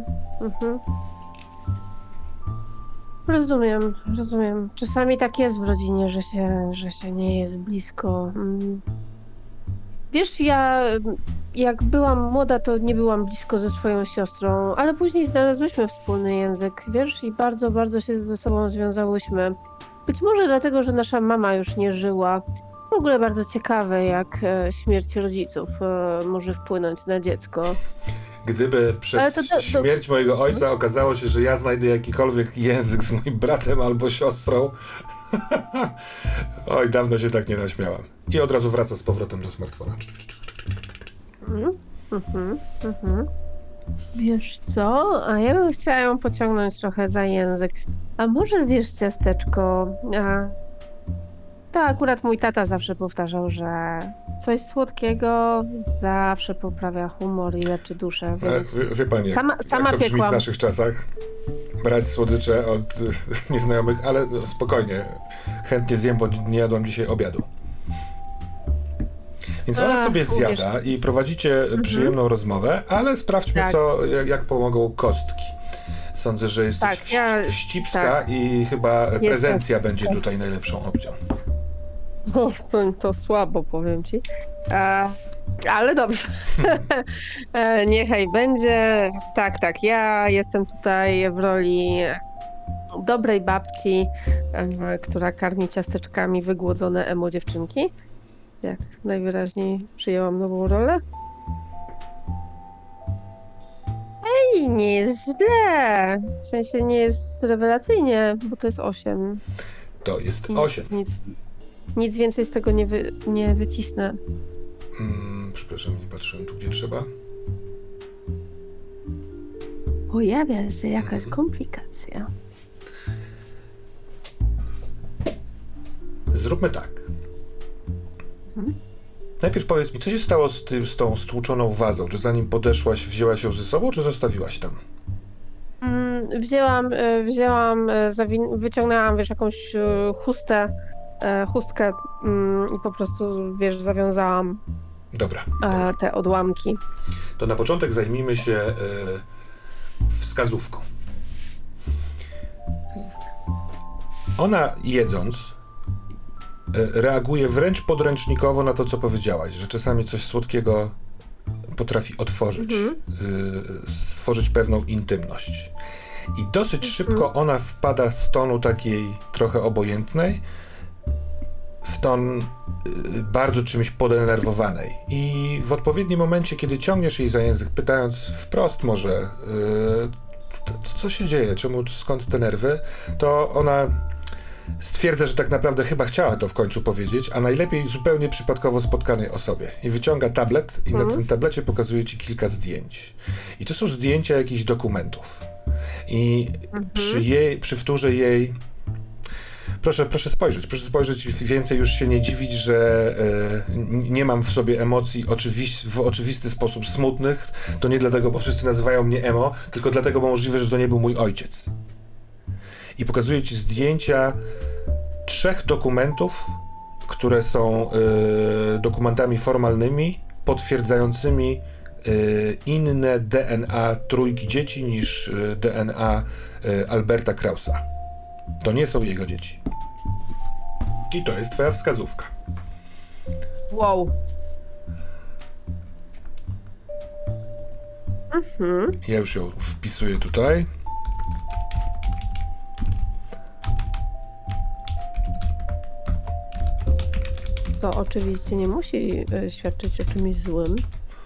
Rozumiem. Czasami tak jest w rodzinie, że się nie jest blisko. Wiesz, ja jak byłam młoda, to nie byłam blisko ze swoją siostrą, ale później znalazłyśmy wspólny język, wiesz, i bardzo, bardzo się ze sobą związałyśmy. Być może dlatego, że nasza mama już nie żyła. W ogóle bardzo ciekawe, jak śmierć rodziców może wpłynąć na dziecko. Gdyby przez śmierć mojego ojca okazało się, że ja znajdę jakikolwiek język z moim bratem albo siostrą, oj, dawno się tak nie naśmiałam. I od razu wraca z powrotem do smartfona. Wiesz co? A ja bym chciała ją pociągnąć trochę za język. A może zjesz ciasteczko? To akurat mój tata zawsze powtarzał, że coś słodkiego zawsze poprawia humor i leczy duszę. Więc Wie pani, sama jak to brzmi piekłam. w naszych czasach? Brać słodycze od nieznajomych, ale spokojnie, chętnie zjem, bo nie jadłam dzisiaj obiadu. Więc ona sobie zjada i prowadzicie przyjemną rozmowę, ale sprawdźmy, Tak. jak pomogą kostki. Sądzę, że jesteś wścibska i chyba prezencja będzie tutaj najlepszą opcją. No, to słabo, powiem ci. Ale dobrze. Niechaj będzie. Tak, ja jestem tutaj w roli dobrej babci, która karmi ciasteczkami wygłodzone emo dziewczynki. Jak najwyraźniej przyjęłam nową rolę. Ej, nie jest źle. W sensie nie jest rewelacyjnie, bo to jest 8. To jest 8. Nic więcej z tego nie wycisnę. Przepraszam, nie patrzyłem tu, gdzie trzeba. Pojawia się jakaś komplikacja. Zróbmy tak. Najpierw powiedz mi, co się stało z tą stłuczoną wazą? Czy zanim podeszłaś, wzięłaś ją ze sobą, czy zostawiłaś tam? Wyciągnęłam, wiesz, jakąś chustkę i po prostu, wiesz, zawiązałam Dobra. te odłamki. To na początek zajmijmy się wskazówką. Ona jedząc reaguje wręcz podręcznikowo na to, co powiedziałaś, że czasami coś słodkiego potrafi otworzyć, stworzyć pewną intymność. I dosyć szybko ona wpada z tonu takiej trochę obojętnej w ton bardzo czymś podenerwowanej. I w odpowiednim momencie, kiedy ciągniesz jej za język, pytając wprost może, co się dzieje, skąd te nerwy, to ona stwierdza, że tak naprawdę chyba chciała to w końcu powiedzieć, a najlepiej zupełnie przypadkowo spotkanej osobie. I wyciąga tablet i na tym tablecie pokazuje ci kilka zdjęć. I to są zdjęcia jakichś dokumentów. I przy wtórze jej... Proszę spojrzeć, więcej już się nie dziwić, że nie mam w sobie emocji w oczywisty sposób smutnych. To nie dlatego, bo wszyscy nazywają mnie emo, tylko dlatego, bo możliwe, że to nie był mój ojciec. I pokazuję ci zdjęcia 3 dokumentów, które są dokumentami formalnymi, potwierdzającymi inne DNA trójki dzieci niż DNA Alberta Krausa. To nie są jego dzieci. I to jest twoja wskazówka. Wow. Ja już ją wpisuję tutaj. to oczywiście nie musi świadczyć o czymś złym.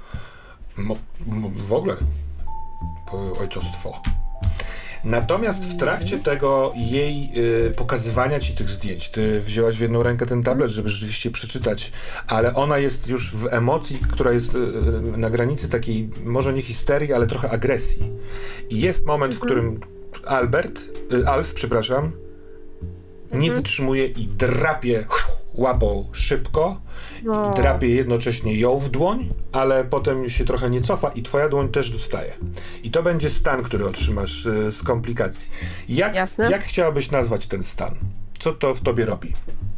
W ogóle ojcostwo. Natomiast w trakcie tego jej pokazywania ci tych zdjęć, ty wzięłaś w jedną rękę ten tablet, żeby rzeczywiście przeczytać, ale ona jest już w emocji, która jest na granicy może nie histerii, ale trochę agresji. I jest moment, w którym Alf, nie wytrzymuje i drapie łapą szybko, i drapie jednocześnie ją w dłoń, ale potem się trochę nie cofa i twoja dłoń też dostaje. I to będzie stan, który otrzymasz z komplikacji. Jak chciałabyś nazwać ten stan? Co to w tobie robi?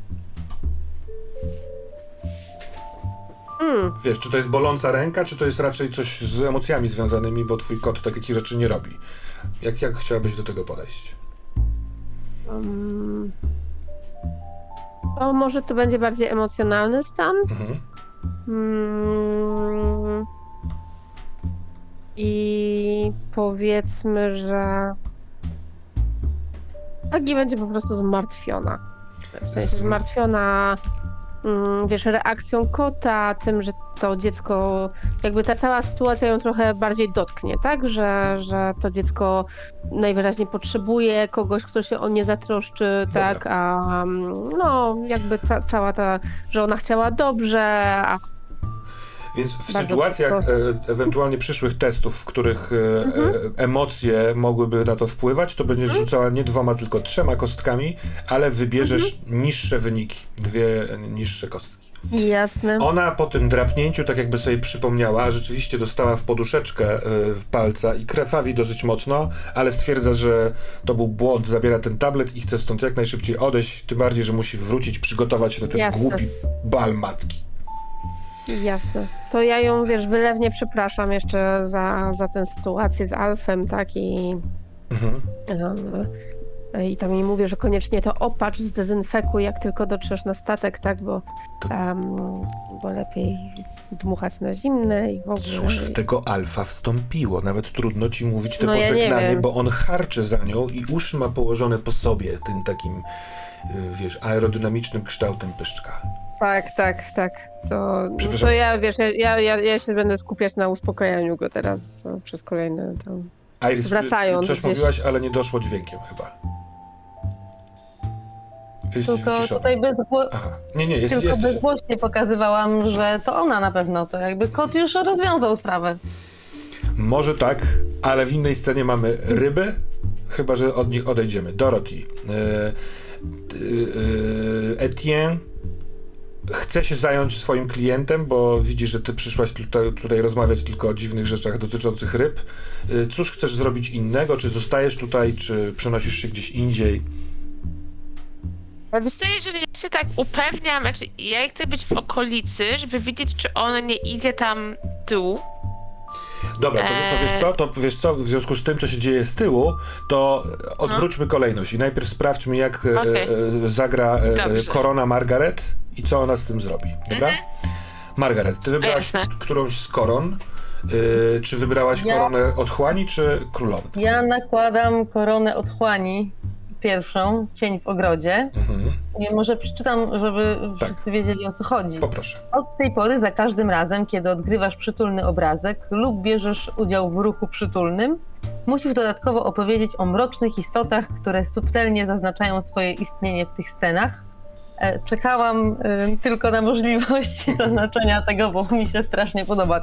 Wiesz, czy to jest boląca ręka, czy to jest raczej coś z emocjami związanymi, bo twój kot takich rzeczy nie robi. Jak chciałabyś do tego podejść? Może to będzie bardziej emocjonalny stan. I powiedzmy, że Agi będzie po prostu zmartwiona. W sensie zmartwiona, wiesz, reakcją kota, tym, że to dziecko, jakby ta cała sytuacja ją trochę bardziej dotknie, tak? Że to dziecko najwyraźniej potrzebuje kogoś, kto się o nie zatroszczy, Dobra. tak? A jakby cała ta, że ona chciała dobrze, a Więc w Bardzo sytuacjach ewentualnie przyszłych testów, w których emocje mogłyby na to wpływać, to będziesz rzucała nie 2, tylko 3 kostkami, ale wybierzesz niższe wyniki, 2 niższe kostki. Jasne. Ona po tym drapnięciu tak jakby sobie przypomniała, rzeczywiście dostała w poduszeczkę palca i krwawi dosyć mocno, ale stwierdza, że to był błąd, zabiera ten tablet i chce stąd jak najszybciej odejść, tym bardziej, że musi wrócić, przygotować się na ten głupi bal matki. Jasne. To ja ją, wiesz, wylewnie przepraszam jeszcze za tę sytuację z Alfem, tak? I tam jej mówię, że koniecznie to opatrz, zdezynfekuj, jak tylko dotrzesz na statek, tak? Bo lepiej dmuchać na zimne i w ogóle. Cóż w tego Alfa wstąpiło? Nawet trudno ci mówić te No ja pożegnanie, nie wiem. bo on harczy za nią i uszy ma położone po sobie tym takim, wiesz, aerodynamicznym kształtem pyszczka. Tak. Przepraszam. To ja, wiesz, ja się będę skupiać na uspokajaniu go teraz przez kolejne tam. Iris, Wracając coś gdzieś. mówiłaś, ale nie doszło dźwiękiem chyba. Jesteś Tylko wyciszony. tutaj Aha. Nie, jesteś. bezgłośnie pokazywałam, że to ona na pewno, to jakby kot już rozwiązał sprawę. Może tak, ale w innej scenie mamy ryby, chyba że od nich odejdziemy. Dorothy. Etienne chce się zająć swoim klientem, bo widzi, że ty przyszłaś tutaj rozmawiać tylko o dziwnych rzeczach dotyczących ryb. Cóż chcesz zrobić innego? Czy zostajesz tutaj, czy przenosisz się gdzieś indziej? Wiesz co, jeżeli ja się tak upewniam, znaczy ja chcę być w okolicy, żeby widzieć, czy on nie idzie tam z tyłu. Dobra, to wiesz co, w związku z tym, co się dzieje z tyłu, to odwróćmy kolejność i najpierw sprawdźmy, jak zagra korona Margaret i co ona z tym zrobi, dobra? Margaret, ty wybrałaś którąś z koron, czy wybrałaś koronę otchłani, czy królową? Ja nakładam koronę otchłani, pierwszą, cień w ogrodzie. I może przeczytam, żeby wszyscy wiedzieli, o co chodzi. Poproszę. Od tej pory za każdym razem, kiedy odgrywasz przytulny obrazek lub bierzesz udział w ruchu przytulnym, musisz dodatkowo opowiedzieć o mrocznych istotach, które subtelnie zaznaczają swoje istnienie w tych scenach. Czekałam tylko na możliwość zaznaczenia tego, bo mi się strasznie podoba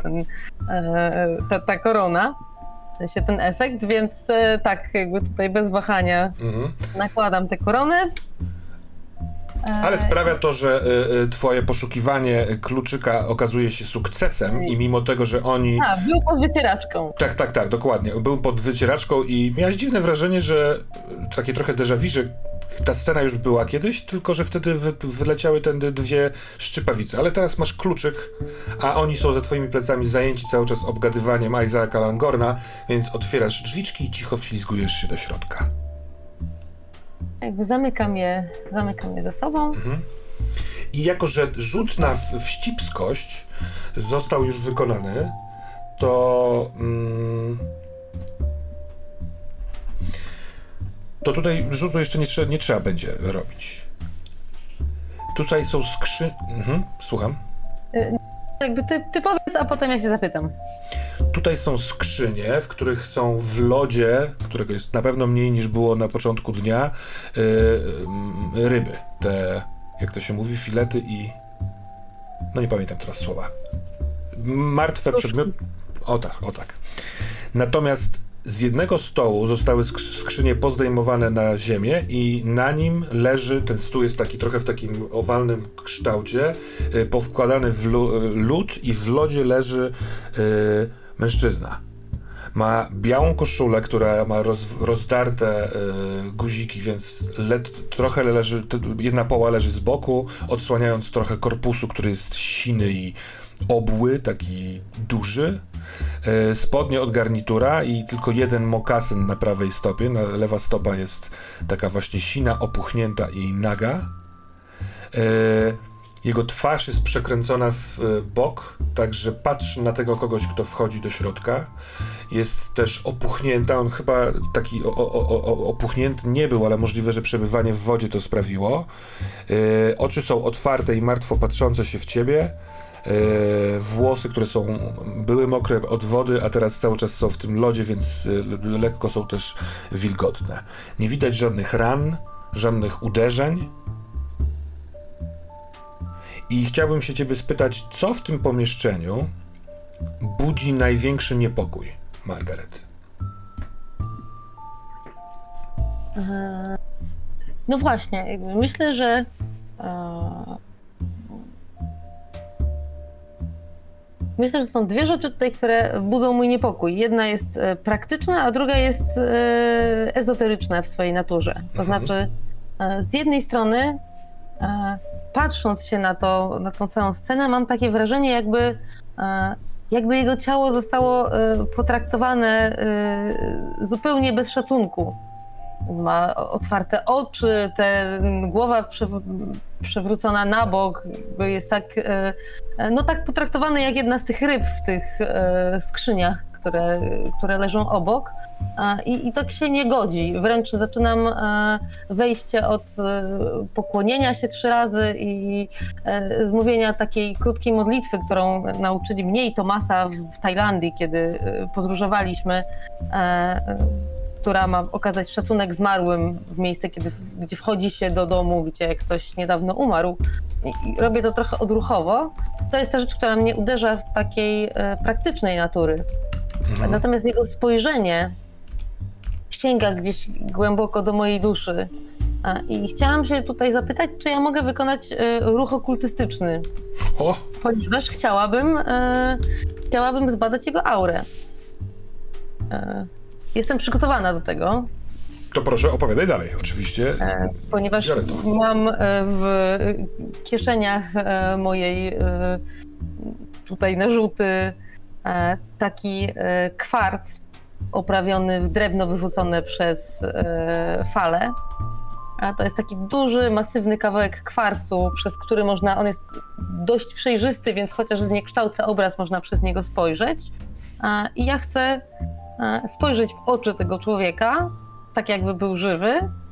ta korona. W sensie ten efekt, więc tak, jakby tutaj bez wahania nakładam tę koronę. Ale sprawia to, że twoje poszukiwanie kluczyka okazuje się sukcesem i mimo tego, że oni... Był pod wycieraczką. Tak, dokładnie. Był pod wycieraczką i miałeś dziwne wrażenie, że takie trochę déjà vu, że ta scena już była kiedyś, tylko że wtedy wyleciały tędy 2 szczypawice. Ale teraz masz kluczyk, a oni są za twoimi plecami zajęci cały czas obgadywaniem Isaaca Langorna, więc otwierasz drzwiczki i cicho wślizgujesz się do środka. Jakby zamykam je za sobą. I jako, że rzut na wścibskość został już wykonany, to tutaj rzutu jeszcze nie trzeba będzie robić. Tutaj są słucham. Jakby ty powiedz, a potem ja się zapytam. Tutaj są skrzynie, w których są w lodzie, którego jest na pewno mniej niż było na początku dnia, ryby. Te, jak to się mówi, filety i... No nie pamiętam teraz słowa. Martwe przedmioty. O tak. Natomiast z jednego stołu zostały skrzynie pozdejmowane na ziemię i na nim leży, ten stół jest taki trochę w takim owalnym kształcie, powkładany w lód i w lodzie leży mężczyzna. Ma białą koszulę, która ma rozdarte guziki, więc trochę leży, jedna poła leży z boku, odsłaniając trochę korpusu, który jest siny i obły, taki duży. Spodnie od garnitura i tylko jeden mokasyn na prawej stopie. Lewa stopa jest taka właśnie sina, opuchnięta i naga. Jego twarz jest przekręcona w bok, także patrzy na tego kogoś, kto wchodzi do środka. Jest też opuchnięta, on chyba taki opuchnięty nie był, ale możliwe, że przebywanie w wodzie to sprawiło. Oczy są otwarte i martwo patrzące się w ciebie. Włosy, które były mokre od wody, a teraz cały czas są w tym lodzie, więc lekko są też wilgotne. Nie widać żadnych ran, żadnych uderzeń. I chciałbym się ciebie spytać, co w tym pomieszczeniu budzi największy niepokój, Margaret? No właśnie, myślę, że są dwie rzeczy tutaj, które budzą mój niepokój. Jedna jest praktyczna, a druga jest ezoteryczna w swojej naturze. To znaczy, z jednej strony, patrząc się na tą całą scenę, mam takie wrażenie, jakby jego ciało zostało potraktowane zupełnie bez szacunku. Ma otwarte oczy, głowa przewrócona na bok, jest tak potraktowany jak jedna z tych ryb w tych skrzyniach, które leżą obok. I tak się nie godzi. Wręcz zaczynam wejście od pokłonienia się 3 razy i zmówienia takiej krótkiej modlitwy, którą nauczyli mnie i Tomasa w Tajlandii, kiedy podróżowaliśmy, która ma okazać szacunek zmarłym w miejsce, gdzie wchodzi się do domu, gdzie ktoś niedawno umarł. I robię to trochę odruchowo. To jest ta rzecz, która mnie uderza w takiej praktycznej natury. Natomiast jego spojrzenie sięga gdzieś głęboko do mojej duszy. I chciałam się tutaj zapytać, czy ja mogę wykonać ruch okultystyczny, ponieważ chciałabym zbadać jego aurę. Jestem przygotowana do tego. To proszę, opowiadaj dalej, oczywiście. Ponieważ mam w kieszeniach mojej tutaj narzuty taki kwarc oprawiony w drewno wyrzucone przez fale. A to jest taki duży, masywny kawałek kwarcu, przez który on jest dość przejrzysty, więc chociaż zniekształca obraz, można przez niego spojrzeć. I ja chcę spojrzeć w oczy tego człowieka, tak jakby był żywy,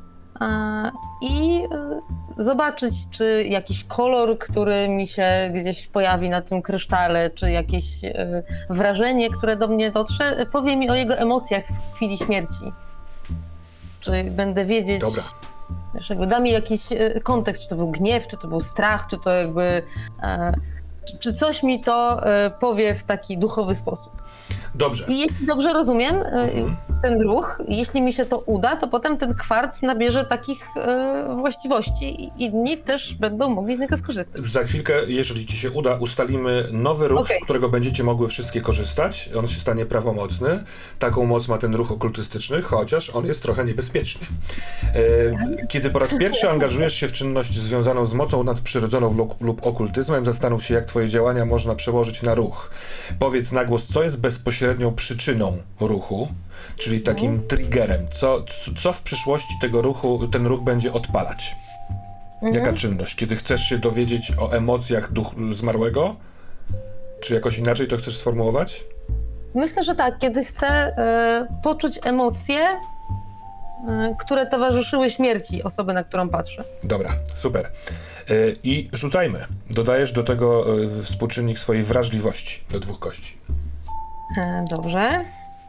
i zobaczyć, czy jakiś kolor, który mi się gdzieś pojawi na tym krysztale, czy jakieś wrażenie, które do mnie dotrze, powie mi o jego emocjach w chwili śmierci. Czy będę wiedzieć... Dobra. Wiesz, da mi jakiś kontekst, czy to był gniew, czy to był strach, czy to czy coś mi to powie w taki duchowy sposób. Dobrze. I jeśli dobrze rozumiem ten ruch, jeśli mi się to uda, to potem ten kwarc nabierze takich właściwości i inni też będą mogli z niego skorzystać. Za chwilkę, jeżeli ci się uda, ustalimy nowy ruch, z którego będziecie mogły wszystkie korzystać. On się stanie prawomocny. Taką moc ma ten ruch okultystyczny, chociaż on jest trochę niebezpieczny. Kiedy po raz pierwszy angażujesz się w czynność związaną z mocą nadprzyrodzoną lub okultyzmem, zastanów się, jak twoje działania można przełożyć na ruch. Powiedz na głos, co jest bezpośrednią przyczyną ruchu, czyli takim triggerem. Co w przyszłości ten ruch będzie odpalać? Jaka czynność? Kiedy chcesz się dowiedzieć o emocjach zmarłego? Czy jakoś inaczej to chcesz sformułować? Myślę, że tak. Kiedy chcę poczuć emocje które towarzyszyły śmierci osoby, na którą patrzę. Dobra, super. I rzucajmy. Dodajesz do tego współczynnik swojej wrażliwości do 2 kości. Dobrze.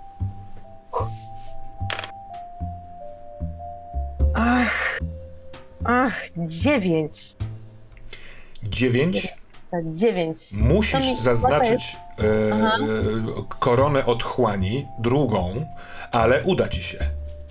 Ach, 9. 9. Tak, 9. Musisz zaznaczyć koronę otchłani, drugą, ale uda ci się.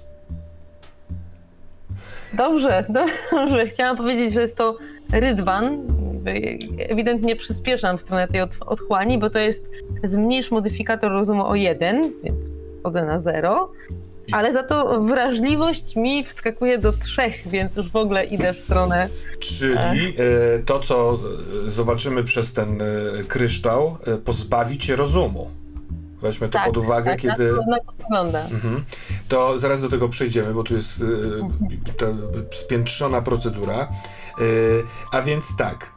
Dobrze. Chciałam powiedzieć, że jest to rydwan. Ewidentnie przyspieszam w stronę tej otchłani, bo to jest zmniejsz modyfikator rozumu o 1, więc wchodzę na 0. Ale za to wrażliwość mi wskakuje do 3, więc już w ogóle idę w stronę... Czyli to, co zobaczymy przez ten kryształ, pozbawi cię rozumu. Weźmy to pod uwagę, kiedy... Na to wygląda. To zaraz do tego przejdziemy, bo tu jest ta spiętrzona procedura. A więc tak...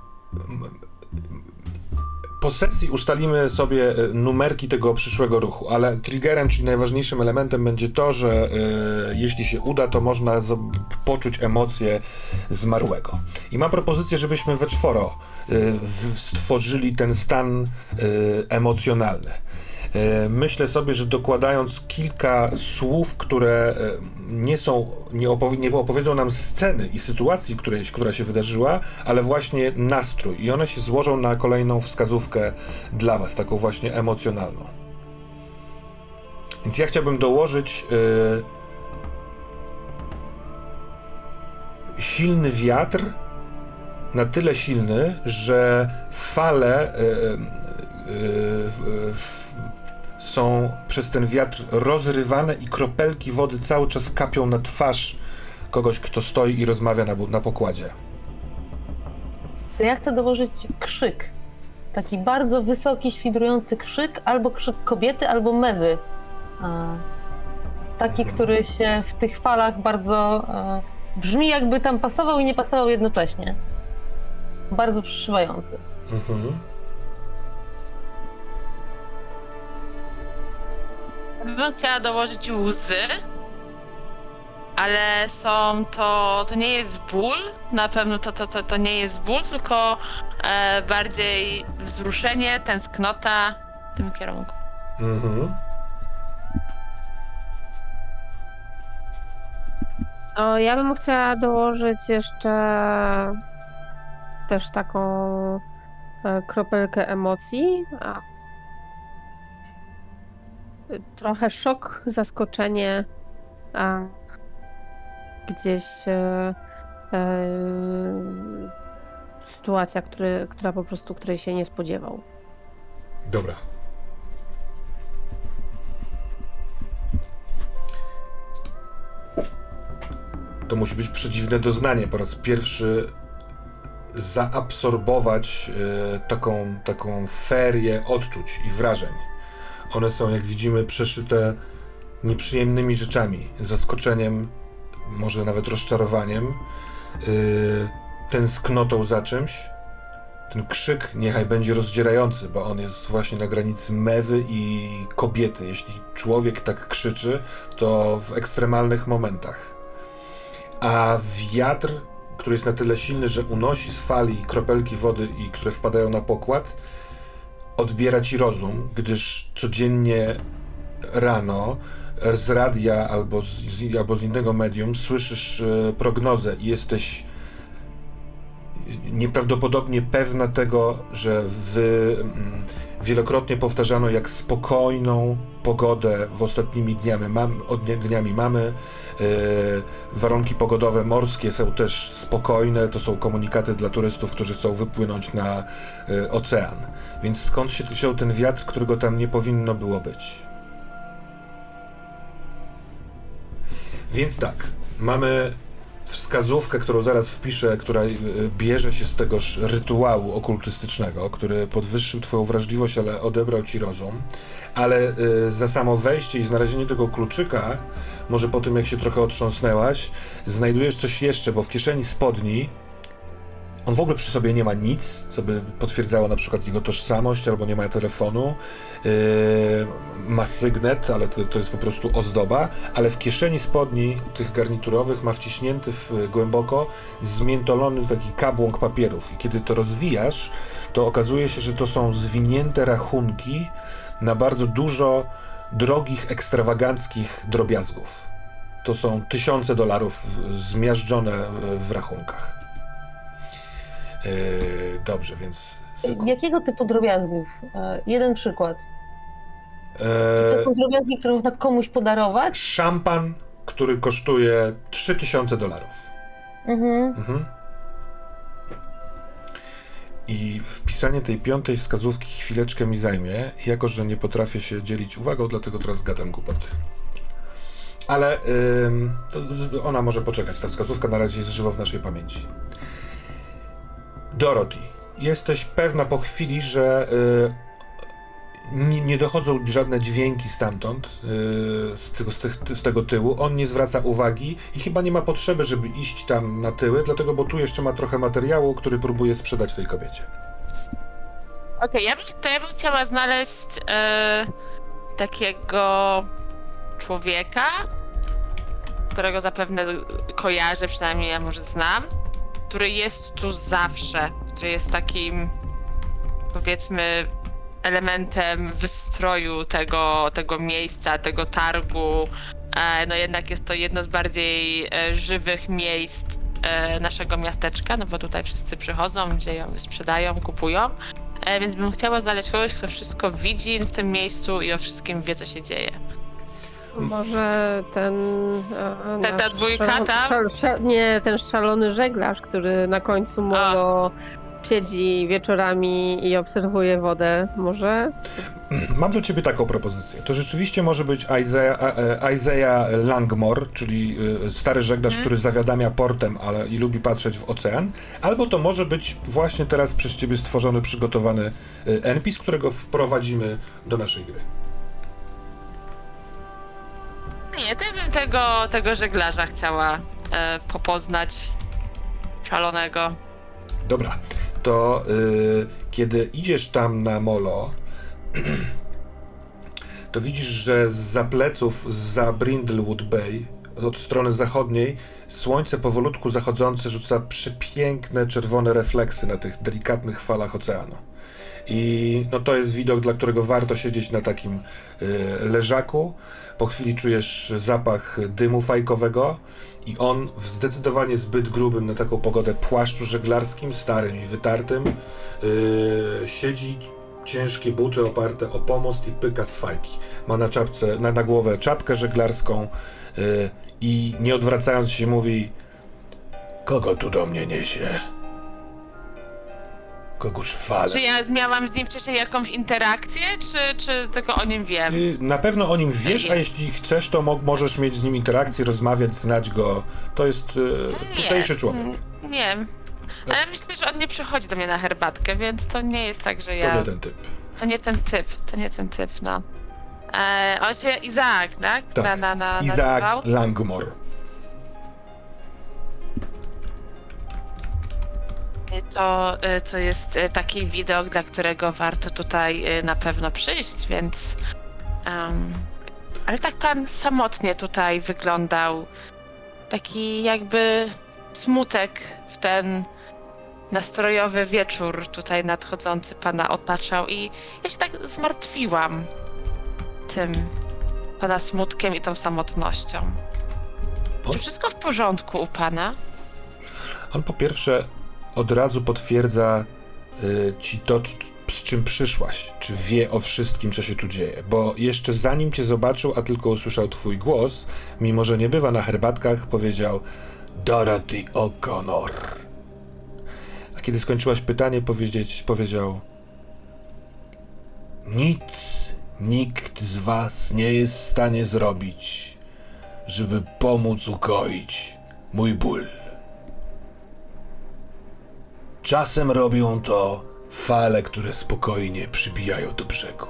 Po sesji ustalimy sobie numerki tego przyszłego ruchu, ale triggerem, czyli najważniejszym elementem będzie to, że jeśli się uda, to można poczuć emocje zmarłego. I mam propozycję, żebyśmy we czworo stworzyli ten stan emocjonalny. Myślę sobie, że dokładając kilka słów, które nie opowiedzą nam sceny i sytuacji, która się wydarzyła, ale właśnie nastrój. I one się złożą na kolejną wskazówkę dla was, taką właśnie emocjonalną. Więc ja chciałbym dołożyć silny wiatr, na tyle silny, że fale są przez ten wiatr rozrywane i kropelki wody cały czas kapią na twarz kogoś, kto stoi i rozmawia na pokładzie. To ja chcę dołożyć krzyk. Taki bardzo wysoki, świdrujący krzyk, albo krzyk kobiety, albo mewy. Taki, który się w tych falach bardzo brzmi, jakby tam pasował i nie pasował jednocześnie. Bardzo przyszywający. Bym chciała dołożyć łzy, ale to nie jest ból, na pewno to nie jest ból, tylko bardziej wzruszenie, tęsknota w tym kierunku. Ja bym chciała dołożyć jeszcze też taką kropelkę emocji. Trochę szok, zaskoczenie, gdzieś sytuacja, która po prostu, której się nie spodziewał. Dobra. To musi być przedziwne doznanie, po raz pierwszy zaabsorbować taką ferię odczuć i wrażeń. One są, jak widzimy, przeszyte nieprzyjemnymi rzeczami, zaskoczeniem, może nawet rozczarowaniem, tęsknotą za czymś. Ten krzyk niechaj będzie rozdzierający, bo on jest właśnie na granicy mewy i kobiety. Jeśli człowiek tak krzyczy, to w ekstremalnych momentach. A wiatr, który jest na tyle silny, że unosi z fali kropelki wody, które wpadają na pokład, odbiera ci rozum, gdyż codziennie rano z radia albo z innego medium słyszysz prognozę i jesteś nieprawdopodobnie pewna tego, że wielokrotnie powtarzano, jak spokojną pogodę w ostatnimi dniami mamy. Warunki pogodowe morskie są też spokojne, to są komunikaty dla turystów, którzy chcą wypłynąć na ocean. Więc skąd się wziął ten wiatr, którego tam nie powinno było być? Więc tak, mamy wskazówkę, którą zaraz wpiszę, która bierze się z tegoż rytuału okultystycznego, który podwyższył twoją wrażliwość, ale odebrał ci rozum. Ale za samo wejście i znalezienie tego kluczyka, może po tym, jak się trochę otrząsnęłaś, znajdujesz coś jeszcze, bo w kieszeni spodni On w ogóle przy sobie nie ma nic, co by potwierdzało na przykład jego tożsamość, albo nie ma telefonu. Ma sygnet, ale to jest po prostu ozdoba, ale w kieszeni spodni tych garniturowych ma wciśnięty głęboko zmiętolony taki kabłąk papierów. I kiedy to rozwijasz, to okazuje się, że to są zwinięte rachunki na bardzo dużo drogich, ekstrawaganckich drobiazgów. To są tysiące dolarów zmiażdżone w rachunkach. Dobrze, więc... Jakiego typu drobiazgów? Jeden przykład. Czy to są drobiazgi, które można komuś podarować? Szampan, który kosztuje $3000. Mhm. I wpisanie tej 5. wskazówki chwileczkę mi zajmie, jako że nie potrafię się dzielić uwagą, dlatego teraz gadam głupoty. Ale ona może poczekać, ta wskazówka na razie jest żywo w naszej pamięci. Dorothy, jesteś pewna po chwili, że nie dochodzą żadne dźwięki stamtąd, z tego tyłu. On nie zwraca uwagi i chyba nie ma potrzeby, żeby iść tam na tyły, dlatego, bo tu jeszcze ma trochę materiału, który próbuje sprzedać tej kobiecie. Okej, ja bym chciała znaleźć takiego człowieka, którego zapewne kojarzę, przynajmniej ja może znam, który jest tu zawsze, który jest takim, powiedzmy, elementem wystroju tego miejsca, tego targu. No jednak jest to jedno z bardziej żywych miejsc naszego miasteczka, no bo tutaj wszyscy przychodzą, dzieją, sprzedają, kupują. Więc bym chciała znaleźć kogoś, kto wszystko widzi w tym miejscu i o wszystkim wie, co się dzieje. Może ten... Ta dwójka tam? Nie, ten szalony żeglarz, który na końcu molo siedzi wieczorami i obserwuje wodę, może? Mam do ciebie taką propozycję. To rzeczywiście może być Isaiah Langmore, czyli stary żeglarz, który zawiadamia portem, i lubi patrzeć w ocean. Albo to może być właśnie teraz przez ciebie stworzony, przygotowany NPC, którego wprowadzimy do naszej gry. Nie, to bym tego żeglarza chciała popoznać. Szalonego. Dobra, to kiedy idziesz tam na molo, to widzisz, że zza pleców, zza Brindlewood Bay, od strony zachodniej, słońce powolutku zachodzące rzuca przepiękne czerwone refleksy na tych delikatnych falach oceanu. I no to jest widok, dla którego warto siedzieć na takim leżaku. Po chwili czujesz zapach dymu fajkowego i on w zdecydowanie zbyt grubym na taką pogodę płaszczu żeglarskim, starym i wytartym, siedzi, ciężkie buty oparte o pomost i pyka z fajki. Ma na czapce, na głowę czapkę żeglarską i nie odwracając się mówi: kogo tu do mnie niesie? Kogóż fale? Czy ja miałam z nim wcześniej jakąś interakcję, czy tylko o nim wiem? Na pewno o nim wiesz, a jeśli chcesz, to możesz mieć z nim interakcję, rozmawiać, znać go. To jest tutejszy człowiek. Nie. Ale myślę, że on nie przychodzi do mnie na herbatkę, więc to nie jest tak, że ja... To nie ten typ. To nie ten typ, no. On się Izaak, tak? Tak, Isaac Langmore. To jest taki widok, dla którego warto tutaj na pewno przyjść, więc... ale tak pan samotnie tutaj wyglądał. Taki jakby smutek w ten nastrojowy wieczór tutaj nadchodzący pana otaczał i ja się tak zmartwiłam tym pana smutkiem i tą samotnością. Czy wszystko w porządku u pana? On po pierwsze od razu potwierdza ci to, z czym przyszłaś, czy wie o wszystkim, co się tu dzieje, bo jeszcze zanim cię zobaczył, a tylko usłyszał twój głos, mimo że nie bywa na herbatkach, powiedział: Dorothy O'Connor. A kiedy skończyłaś pytanie, powiedział: nikt z was nie jest w stanie zrobić, żeby pomóc ukoić mój ból. Czasem robią to fale, które spokojnie przybijają do brzegu.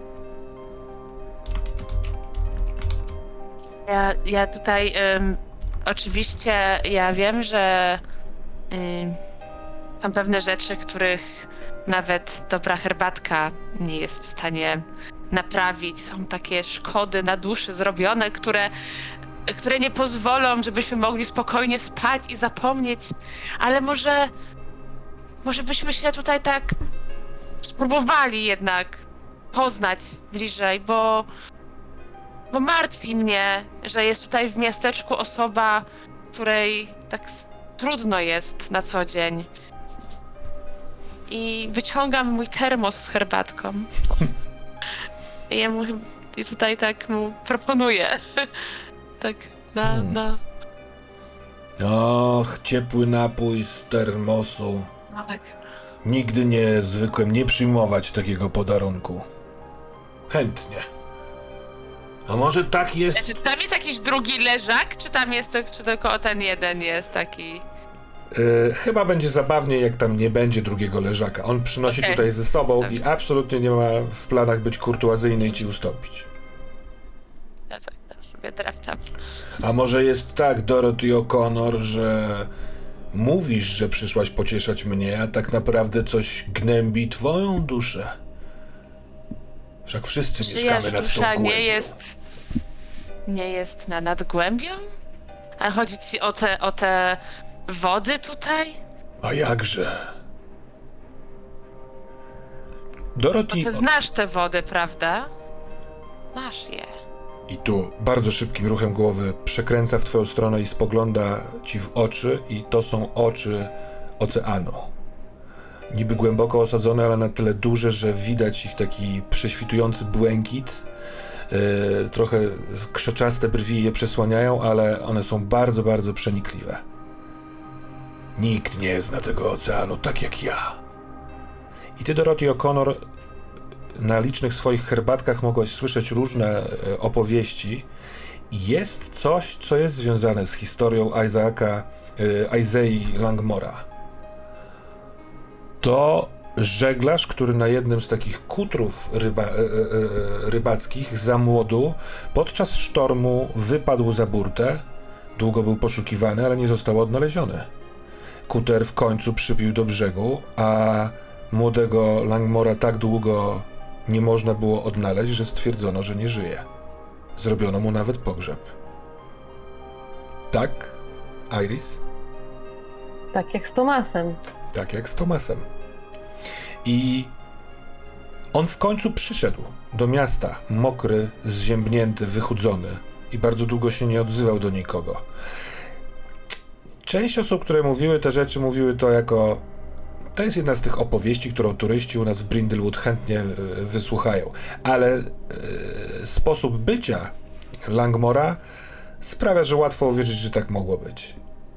Ja tutaj Oczywiście ja wiem, że są pewne rzeczy, których nawet dobra herbatka nie jest w stanie naprawić. Są takie szkody na duszy zrobione, które nie pozwolą, żebyśmy mogli spokojnie spać i zapomnieć. Ale może byśmy się tutaj tak spróbowali jednak poznać bliżej, bo martwi mnie, że jest tutaj w miasteczku osoba, której tak trudno jest na co dzień. I wyciągam mój termos z herbatką. I tutaj tak mu proponuję. Tak, na... Och, ciepły napój z termosu. No tak. Nigdy nie zwykłem nie przyjmować takiego podarunku. Chętnie. A może tak jest? Czy tam jest jakiś drugi leżak, czy tylko ten jeden jest taki? Chyba będzie zabawnie, jak tam nie będzie drugiego leżaka. On przynosi Okej. tutaj ze sobą Dobrze. i absolutnie nie ma w planach być kurtuazyjny i ci ustąpić. Ja tak tam sobie draptam. A może jest tak, Dorothy O'Connor, że mówisz, że przyszłaś pocieszać mnie, a tak naprawdę coś gnębi twoją duszę? Wszak wszyscy mieszkamy Czyjaś nad tą dusza głębią. nie jest nad głębią? A chodzi ci o te wody tutaj? A jakże? Bo Dorothy... ty znasz te wody, prawda? Znasz je. I tu bardzo szybkim ruchem głowy przekręca w twoją stronę i spogląda ci w oczy, i to są oczy oceanu. Niby głęboko osadzone, ale na tyle duże, że widać ich taki prześwitujący błękit. Trochę krzeczaste brwi je przesłaniają, ale one są bardzo, bardzo przenikliwe. Nikt nie zna tego oceanu tak jak ja. I ty, Dorothy O'Connor, na licznych swoich herbatkach mogłaś słyszeć różne opowieści. Jest coś, co jest związane z historią Isaiah Langmora. To żeglarz, który na jednym z takich kutrów rybackich za młodu podczas sztormu wypadł za burtę. Długo był poszukiwany, ale nie został odnaleziony. Kuter w końcu przybił do brzegu, a młodego Langmora tak długo nie można było odnaleźć, że stwierdzono, że nie żyje. Zrobiono mu nawet pogrzeb. Tak, Iris? Tak jak z Tomasem. Tak jak z Tomasem. I on w końcu przyszedł do miasta, mokry, zziębnięty, wychudzony, i bardzo długo się nie odzywał do nikogo. Część osób, które mówiły te rzeczy, mówiły to jako... To jest jedna z tych opowieści, którą turyści u nas w Brindlewood chętnie wysłuchają. Ale sposób bycia Langmora sprawia, że łatwo uwierzyć, że tak mogło być.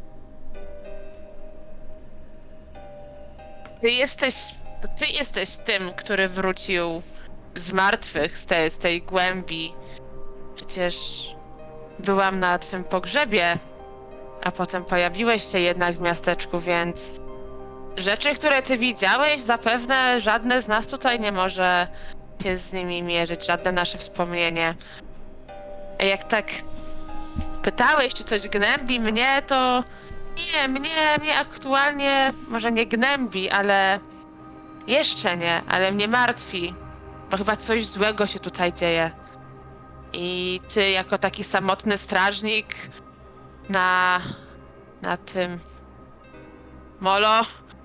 Ty jesteś tym, który wrócił z martwych, z tej głębi. Przecież byłam na twym pogrzebie, a potem pojawiłeś się jednak w miasteczku, więc rzeczy, które ty widziałeś, zapewne żadne z nas tutaj nie może się z nimi mierzyć, żadne nasze wspomnienie. A jak tak pytałeś, czy coś gnębi mnie, to nie, mnie aktualnie może nie gnębi, ale jeszcze nie, ale mnie martwi, bo chyba coś złego się tutaj dzieje. I ty jako taki samotny strażnik na tym molo,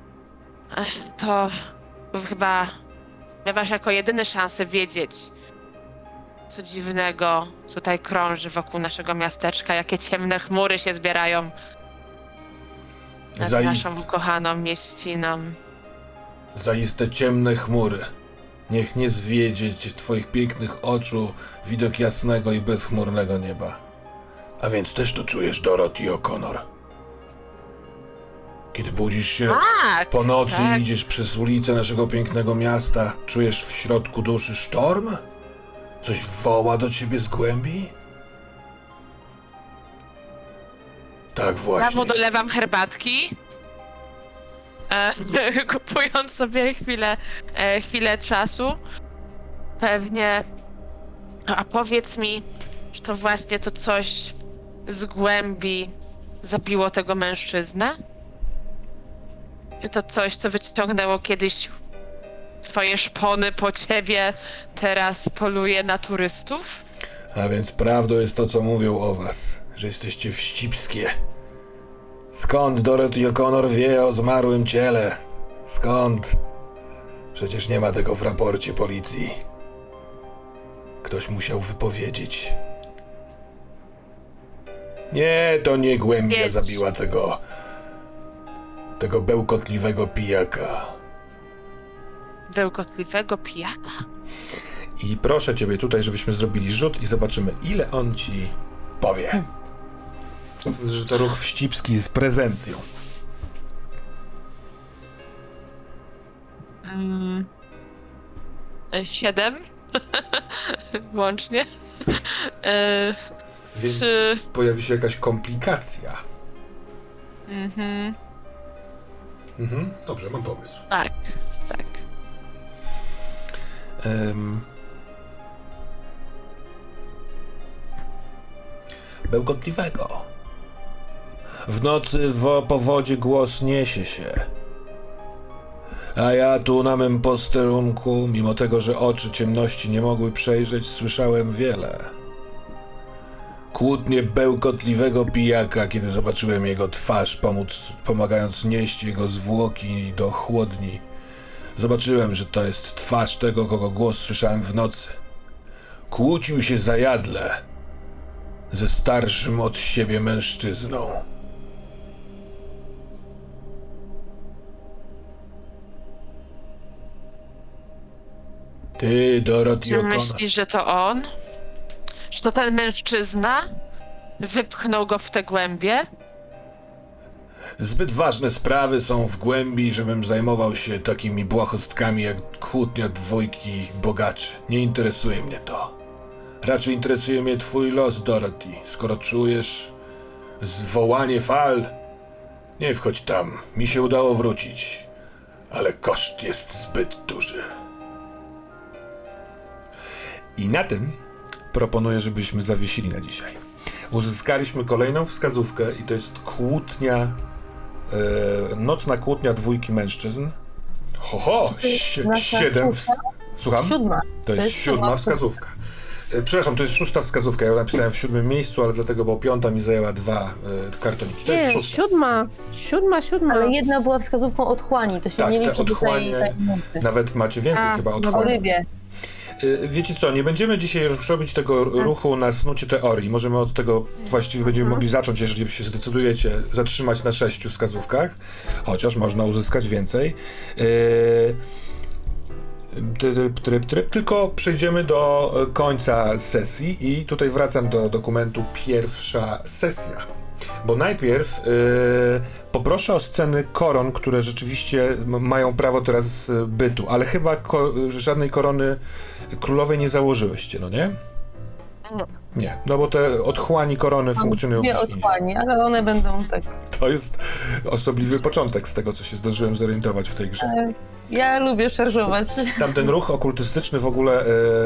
to chyba miewasz jako jedyny szansę wiedzieć, co dziwnego tutaj krąży wokół naszego miasteczka, jakie ciemne chmury się zbierają nad naszą ukochaną mieściną. Zaiste ciemne chmury. Niech nie zwiedzie cię twoich pięknych oczu widok jasnego i bezchmurnego nieba. A więc też to czujesz, Dorothy O'Connor. Kiedy budzisz się Tak, po nocy tak. i idziesz przez ulice naszego pięknego miasta, czujesz w środku duszy sztorm? Coś woła do ciebie z głębi? Tak Ja właśnie. mu dolewam herbatki, kupując sobie chwilę czasu. Pewnie. A powiedz mi, czy to właśnie to coś z głębi zabiło tego mężczyznę? Czy to coś, co wyciągnęło kiedyś swoje szpony po ciebie, teraz poluje na turystów? A więc prawdą jest to, co mówią o was, że jesteście wścibskie. Skąd Dorothy O'Connor wie o zmarłym ciele? Skąd? Przecież nie ma tego w raporcie policji. Ktoś musiał wypowiedzieć. Nie, to nie głębia Wiedź. zabiła tego bełkotliwego pijaka. Bełkotliwego pijaka? I proszę ciebie tutaj, żebyśmy zrobili rzut i zobaczymy, ile on ci powie. To znaczy, że to ruch wścibski z prezencją. 7 łącznie. Więc Czy... pojawi się jakaś komplikacja. Dobrze, mam pomysł. Tak. Bełkotliwego. W nocy po wodzie głos niesie się. A ja tu na mym posterunku, mimo tego, że oczy ciemności nie mogły przejrzeć, słyszałem wiele. Kłótnie bełkotliwego pijaka, kiedy zobaczyłem jego twarz, pomagając nieść jego zwłoki do chłodni. Zobaczyłem, że to jest twarz tego, kogo głos słyszałem w nocy. Kłócił się zajadle ze starszym od siebie mężczyzną. Ty, Dorothy Czy O'Connor. myślisz, że to on? Że to ten mężczyzna wypchnął go w te głębie? Zbyt ważne sprawy są w głębi, żebym zajmował się takimi błahostkami jak kłótnia dwójki bogaczy. Nie interesuje mnie to. Raczej interesuje mnie twój los, Dorothy. Skoro czujesz zwołanie fal, nie wchodź tam. Mi się udało wrócić, ale koszt jest zbyt duży. I na tym proponuję, żebyśmy zawiesili na dzisiaj. Uzyskaliśmy kolejną wskazówkę i to jest kłótnia, nocna kłótnia dwójki mężczyzn. nasza 7. szósta? Słucham? 7. To jest 7 wskazówka. Przepraszam, to jest 6 wskazówka. Ja ją napisałem w 7 miejscu, ale dlatego, bo 5 mi zajęła 2 kartoniki. To jest 6. Siódma. Ale jedna była wskazówką otchłani, to się Tak, nie te liczy otchłanie, tutaj tajemnicy. nawet macie więcej chyba O otchłani. rybie. Wiecie co, nie będziemy dzisiaj już robić tego ruchu na snucie teorii. Możemy od tego właściwie będziemy mogli zacząć, jeżeli się zdecydujecie zatrzymać na 6 wskazówkach, chociaż można uzyskać więcej. Tylko przejdziemy do końca sesji i tutaj wracam do dokumentu pierwsza sesja. Bo najpierw poproszę o sceny koron, które rzeczywiście mają prawo teraz bytu, ale chyba żadnej korony królowej nie założyłyście, no nie? Nie, no bo te otchłani korony funkcjonują Dwie przy nich. otchłani, ale one będą tak. To jest osobliwy początek z tego, co się zdążyłem zorientować w tej grze. Ja lubię szarżować. Tamten ruch okultystyczny w ogóle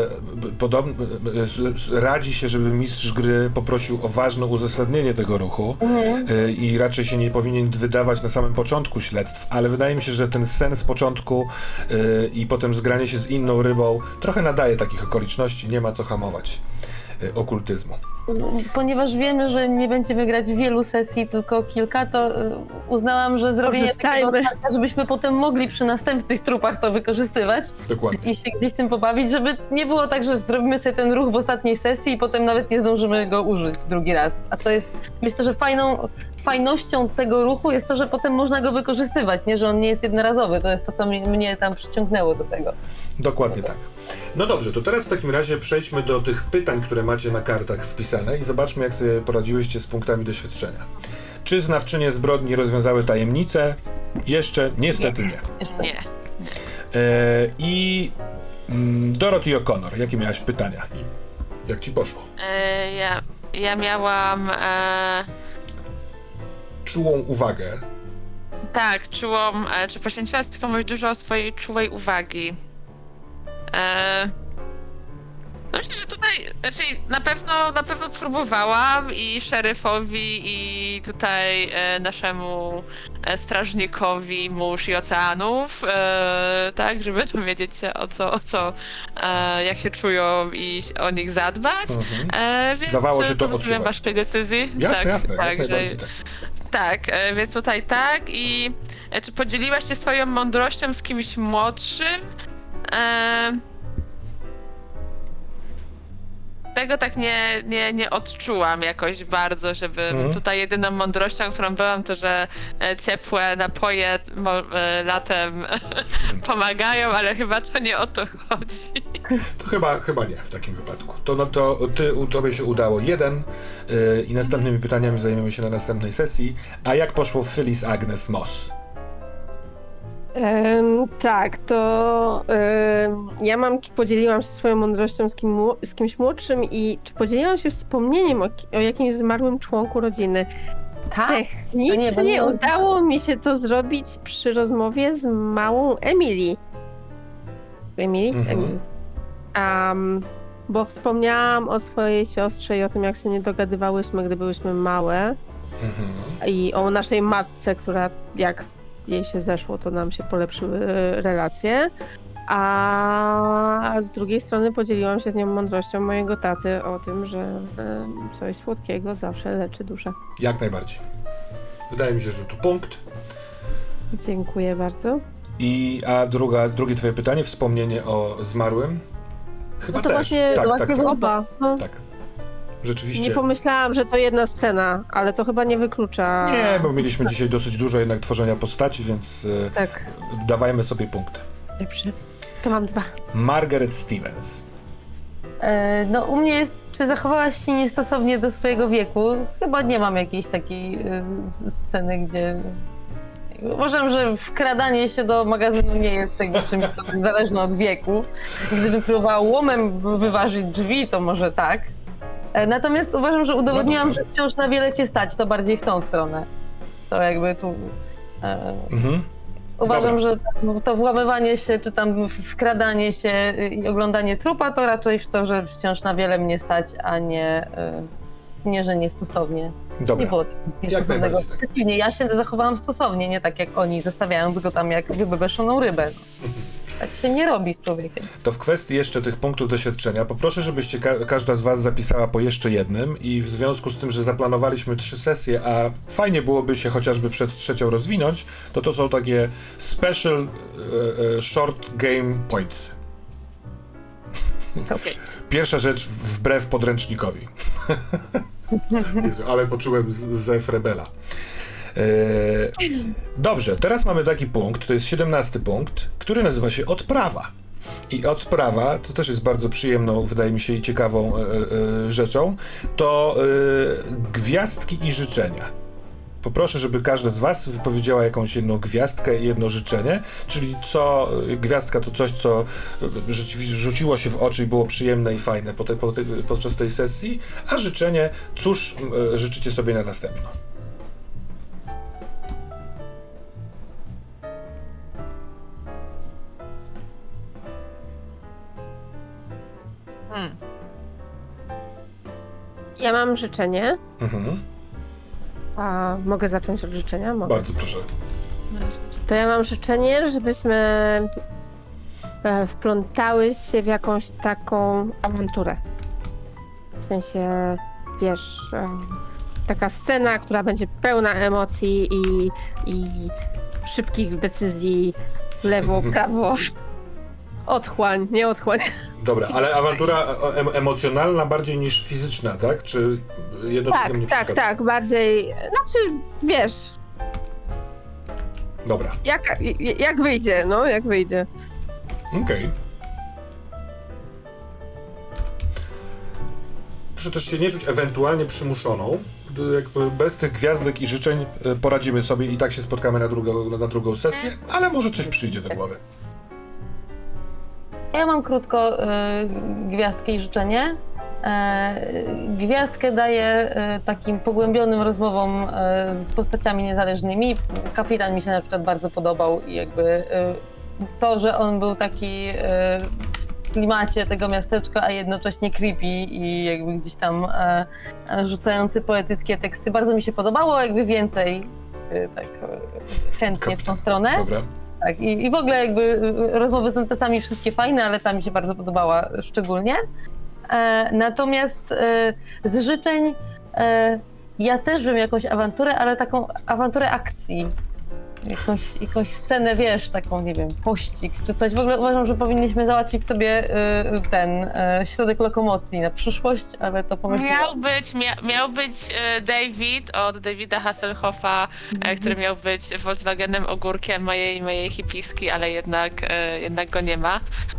radzi się, żeby mistrz gry poprosił o ważne uzasadnienie tego ruchu i raczej się nie powinien wydawać na samym początku śledztw, ale wydaje mi się, że ten sen z początku i potem zgranie się z inną rybą trochę nadaje takich okoliczności, nie ma co hamować okultyzmu. Ponieważ wiemy, że nie będziemy grać wielu sesji, tylko kilka, to uznałam, że zrobienie takiego otwarcia, żebyśmy potem mogli przy następnych trupach to wykorzystywać. Dokładnie. I się gdzieś tym pobawić, żeby nie było tak, że zrobimy sobie ten ruch w ostatniej sesji i potem nawet nie zdążymy go użyć drugi raz. A to jest, myślę, że fajnością tego ruchu jest to, że potem można go wykorzystywać, nie, że on nie jest jednorazowy. To jest to, co mnie tam przyciągnęło do tego. Dokładnie tak. No dobrze, to teraz w takim razie przejdźmy do tych pytań, które macie na kartach wpisane i zobaczmy, jak sobie poradziłyście z punktami doświadczenia. Czy znawczynie zbrodni rozwiązały tajemnicę? Jeszcze niestety nie. Nie. I Dorothy O'Connor, jakie miałaś pytania i jak ci poszło? Ja miałam... Czułą uwagę. Tak, czułam, czy poświęciłaś komuś dużo swojej czułej uwagi? No myślę, że tutaj, znaczy na pewno próbowałam i szeryfowi i tutaj naszemu strażnikowi mórz i oceanów, tak, żeby dowiedzieć się jak się czują i o nich zadbać, więc Dawało się to pozostawiam odczuwać. waszej decyzji. Jasne, tak, jasne, tak, jak że, najbardziej tak. tak, więc tutaj tak i czy podzieliłaś się swoją mądrością z kimś młodszym? Tego tak nie odczułam jakoś bardzo, żeby tutaj jedyną mądrością, którą byłam, to że ciepłe napoje latem pomagają, ale chyba to nie o to chodzi. To chyba nie w takim wypadku. To tobie się udało 1 i następnymi pytaniami zajmiemy się na następnej sesji. A jak poszło Phyllis Agnes Moss? Tak, to czy podzieliłam się swoją mądrością z kimś młodszym i czy podzieliłam się wspomnieniem o jakimś zmarłym członku rodziny? Tak? Technicznie udało mi się to zrobić przy rozmowie z małą Emily. Emily? Bo wspomniałam o swojej siostrze i o tym, jak się nie dogadywałyśmy, gdy byłyśmy małe. I o naszej matce, która jak jej się zeszło, to nam się polepszyły relacje. A z drugiej strony podzieliłam się z nią mądrością mojego taty o tym, że coś słodkiego zawsze leczy duszę. Jak najbardziej. Wydaje mi się, że tu punkt. Dziękuję bardzo. A drugie twoje pytanie, wspomnienie o zmarłym? Chyba No to też. właśnie Tak. oba. No. Tak. Rzeczywiście. Nie pomyślałam, że to jedna scena, ale to chyba nie wyklucza. Nie, bo mieliśmy dzisiaj dosyć dużo jednak tworzenia postaci, więc Tak. dawajmy sobie punkty. Dobrze. To mam 2. Margaret Stevens. No u mnie jest, czy zachowałaś się niestosownie do swojego wieku? Chyba nie mam jakiejś takiej sceny, gdzie... Uważam, że wkradanie się do magazynu nie jest tego czymś, co jest zależne od wieku. Gdybym próbowała łomem wyważyć drzwi, to może tak. Natomiast uważam, że udowodniłam, że wciąż na wiele cię stać, to bardziej w tą stronę. To jakby tu... Uważam, że to włamywanie się, czy tam wkradanie się i oglądanie trupa, to raczej w to, że wciąż na wiele mnie stać, a nie, że niestosownie. Dobra. Nie było niestosownego. Tak. Przeciwnie, ja się zachowałam stosownie, nie tak jak oni, zostawiając go tam jak wybebeszoną rybę. Tak się nie robi z człowiekiem. To w kwestii jeszcze tych punktów doświadczenia, poproszę, żebyście każda z was zapisała po jeszcze jednym i w związku z tym, że zaplanowaliśmy 3 sesje, a fajnie byłoby się chociażby przed trzecią rozwinąć, to są takie special short game points. Okay. Pierwsza rzecz wbrew podręcznikowi. Jezu, ale poczułem zew rebela. Dobrze, teraz mamy taki punkt, to jest 17 punkt, który nazywa się odprawa. I odprawa, to też jest bardzo przyjemną, wydaje mi się, i ciekawą rzeczą, to gwiazdki i życzenia. Poproszę, żeby każda z was wypowiedziała jakąś jedną gwiazdkę i jedno życzenie, czyli gwiazdka to coś, co rzeczywiście rzuciło się w oczy i było przyjemne i fajne podczas tej sesji, a życzenie, cóż życzycie sobie na następną. Ja mam życzenie. A mogę zacząć od życzenia? Mogę. Bardzo proszę. To ja mam życzenie, żebyśmy wplątały się w jakąś taką awanturę. W sensie, wiesz, taka scena, która będzie pełna emocji i szybkich decyzji, lewo, prawo, otchłań, nie otchłań. Dobra, ale awantura emocjonalna bardziej niż fizyczna, tak? Czy jedno drugim nie przeszkadza? Tak, bardziej, znaczy, wiesz... Dobra. Jak wyjdzie, no, jak wyjdzie. Okej. Proszę też się nie czuć ewentualnie przymuszoną. Jakby bez tych gwiazdek i życzeń poradzimy sobie i tak się spotkamy na drugą sesję, ale może coś przyjdzie do głowy. Ja mam krótko gwiazdkę i życzenie. Gwiazdkę daję takim pogłębionym rozmowom z postaciami niezależnymi. Kapitan mi się na przykład bardzo podobał i jakby to, że on był taki klimacie tego miasteczka, a jednocześnie creepy i jakby gdzieś tam rzucający poetyckie teksty. Bardzo mi się podobało, jakby więcej tak chętnie w tą stronę. Dobra. Tak, i w ogóle jakby rozmowy z NPC-ami wszystkie fajne, ale ta mi się bardzo podobała szczególnie. Natomiast z życzeń ja też bym jakąś awanturę, ale taką awanturę akcji. Jakąś scenę, wiesz, taką, nie wiem, pościg czy coś. W ogóle uważam, że powinniśmy załatwić sobie ten środek lokomocji na przyszłość, ale to pomyślałam. Miał być David od Davida Hasselhoffa, który miał być Volkswagenem ogórkiem mojej hipiski, ale jednak go nie ma.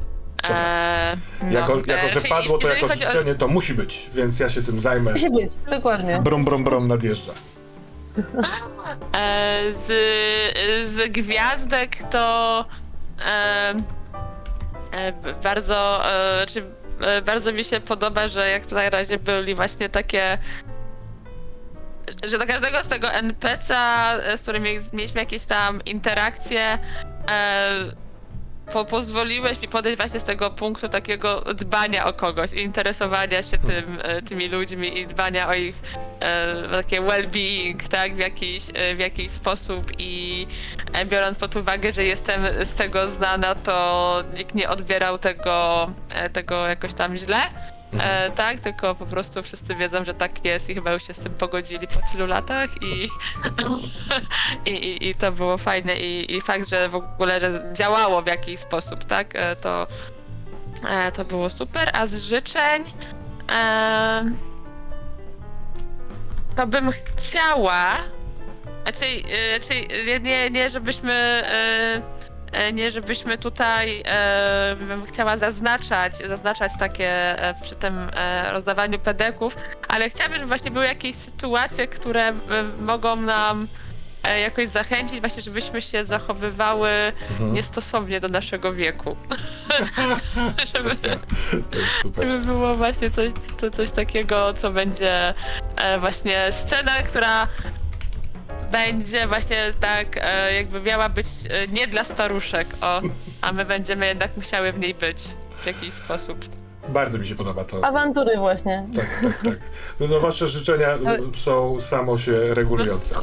Jako że padło to jeżeli jako chodzi o- życzenie, to musi być, więc ja się tym zajmę. Musi być, dokładnie. Brum, brum, brum nadjeżdża. Z gwiazdek to bardzo mi się podoba, że jak to na razie byli właśnie takie, że do każdego z tego NPC-a, z którym mieliśmy jakieś tam interakcje, pozwoliłeś mi podejść właśnie z tego punktu takiego dbania o kogoś i interesowania się tymi ludźmi i dbania o ich takie well-being, tak, w jakiś sposób i biorąc pod uwagę, że jestem z tego znana, to nikt nie odbierał tego jakoś tam źle. Tak, tylko po prostu wszyscy wiedzą, że tak jest i chyba już się z tym pogodzili po tylu latach i to było fajne i fakt, że w ogóle że działało w jakiś sposób, tak, to było super, a z życzeń to bym chciała, nie żebyśmy tutaj bym chciała zaznaczać takie przy tym rozdawaniu pedeków, ale chciałabym, żeby właśnie były jakieś sytuacje, które mogą nam jakoś zachęcić właśnie, żebyśmy się zachowywały niestosownie do naszego wieku. To jest super. Żeby było właśnie coś takiego, co będzie właśnie scena, która będzie właśnie tak, jakby miała być nie dla staruszek, a my będziemy jednak musiały w niej być w jakiś sposób. Bardzo mi się podoba to. Awantury właśnie. Tak. No wasze życzenia są samo się regulujące.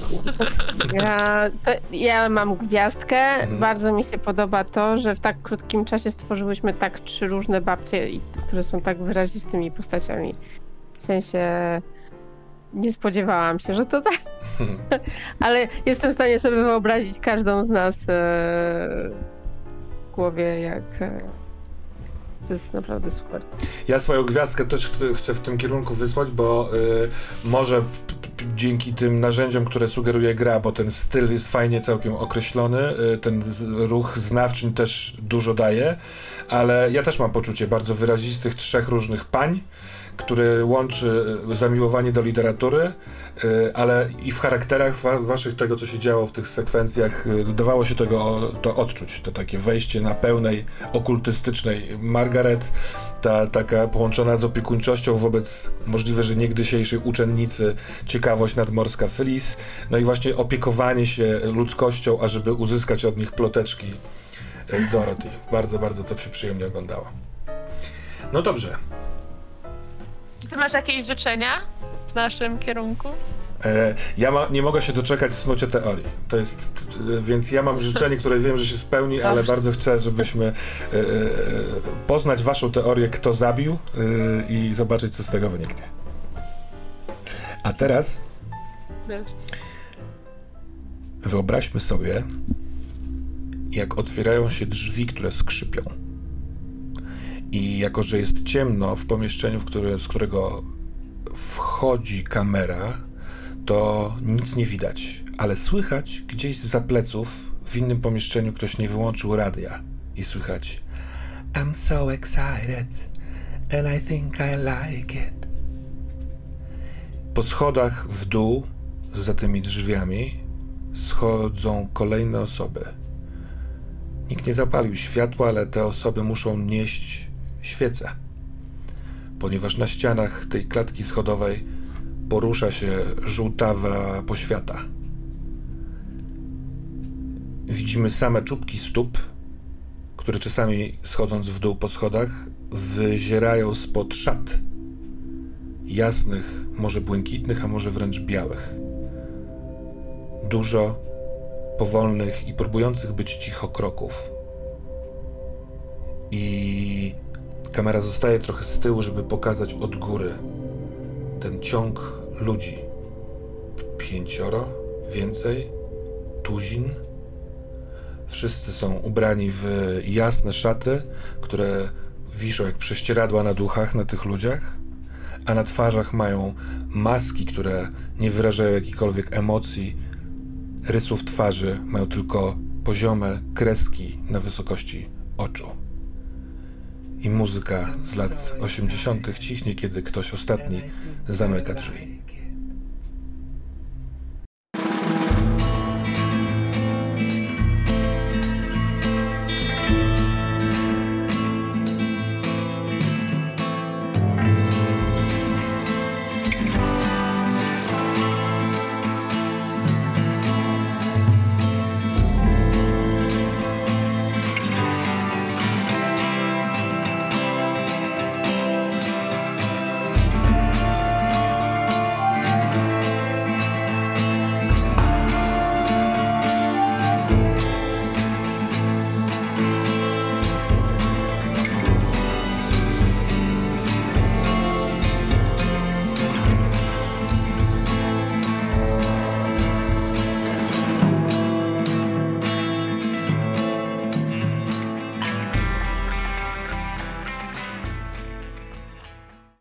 Ja mam gwiazdkę. Bardzo mi się podoba to, że w tak krótkim czasie stworzyłyśmy tak 3 różne babcie, które są tak wyrazistymi postaciami. W sensie nie spodziewałam się, że to tak. Ale jestem w stanie sobie wyobrazić każdą z nas w głowie, jak to jest naprawdę super. Ja swoją gwiazdkę też chcę w tym kierunku wysłać, bo może dzięki tym narzędziom, które sugeruje gra, bo ten styl jest fajnie całkiem określony, ten ruch znawczy też dużo daje, ale ja też mam poczucie bardzo wyrazistych 3 różnych pań, który łączy zamiłowanie do literatury, ale i w charakterach waszych, tego co się działo w tych sekwencjach, dawało się to odczuć, to takie wejście na pełnej okultystycznej Margaret, ta taka połączona z opiekuńczością wobec możliwe, że niegdysiejszej uczennicy, ciekawość nadmorska Felice, no i właśnie opiekowanie się ludzkością, ażeby uzyskać od nich ploteczki Dorothy. Bardzo, bardzo to się przyjemnie oglądało. No dobrze. Czy ty masz jakieś życzenia w naszym kierunku? Ja nie mogę się doczekać snucia teorii. To jest, więc ja mam życzenie, które wiem, że się spełni, ale bardzo chcę, żebyśmy poznać waszą teorię, kto zabił i zobaczyć, co z tego wyniknie. A teraz wyobraźmy sobie, jak otwierają się drzwi, które skrzypią. I jako, że jest ciemno w pomieszczeniu, z którego wchodzi kamera, to nic nie widać, ale słychać gdzieś zza pleców w innym pomieszczeniu ktoś nie wyłączył radia i słychać I'm so excited and I think I like it. Po schodach w dół, za tymi drzwiami, schodzą kolejne osoby. Nikt nie zapalił światła, ale te osoby muszą nieść świece, ponieważ na ścianach tej klatki schodowej porusza się żółtawa poświata. Widzimy same czubki stóp, które czasami schodząc w dół po schodach wyzierają spod szat. Jasnych, może błękitnych, a może wręcz białych. Dużo powolnych i próbujących być cicho kroków. I kamera zostaje trochę z tyłu, żeby pokazać od góry ten ciąg ludzi. 5, więcej, tuzin. Wszyscy są ubrani w jasne szaty, które wiszą jak prześcieradła na duchach na tych ludziach, a na twarzach mają maski, które nie wyrażają jakichkolwiek emocji, rysów twarzy, mają tylko poziome kreski na wysokości oczu. I muzyka z lat 80. cichnie, kiedy ktoś ostatni zamyka drzwi.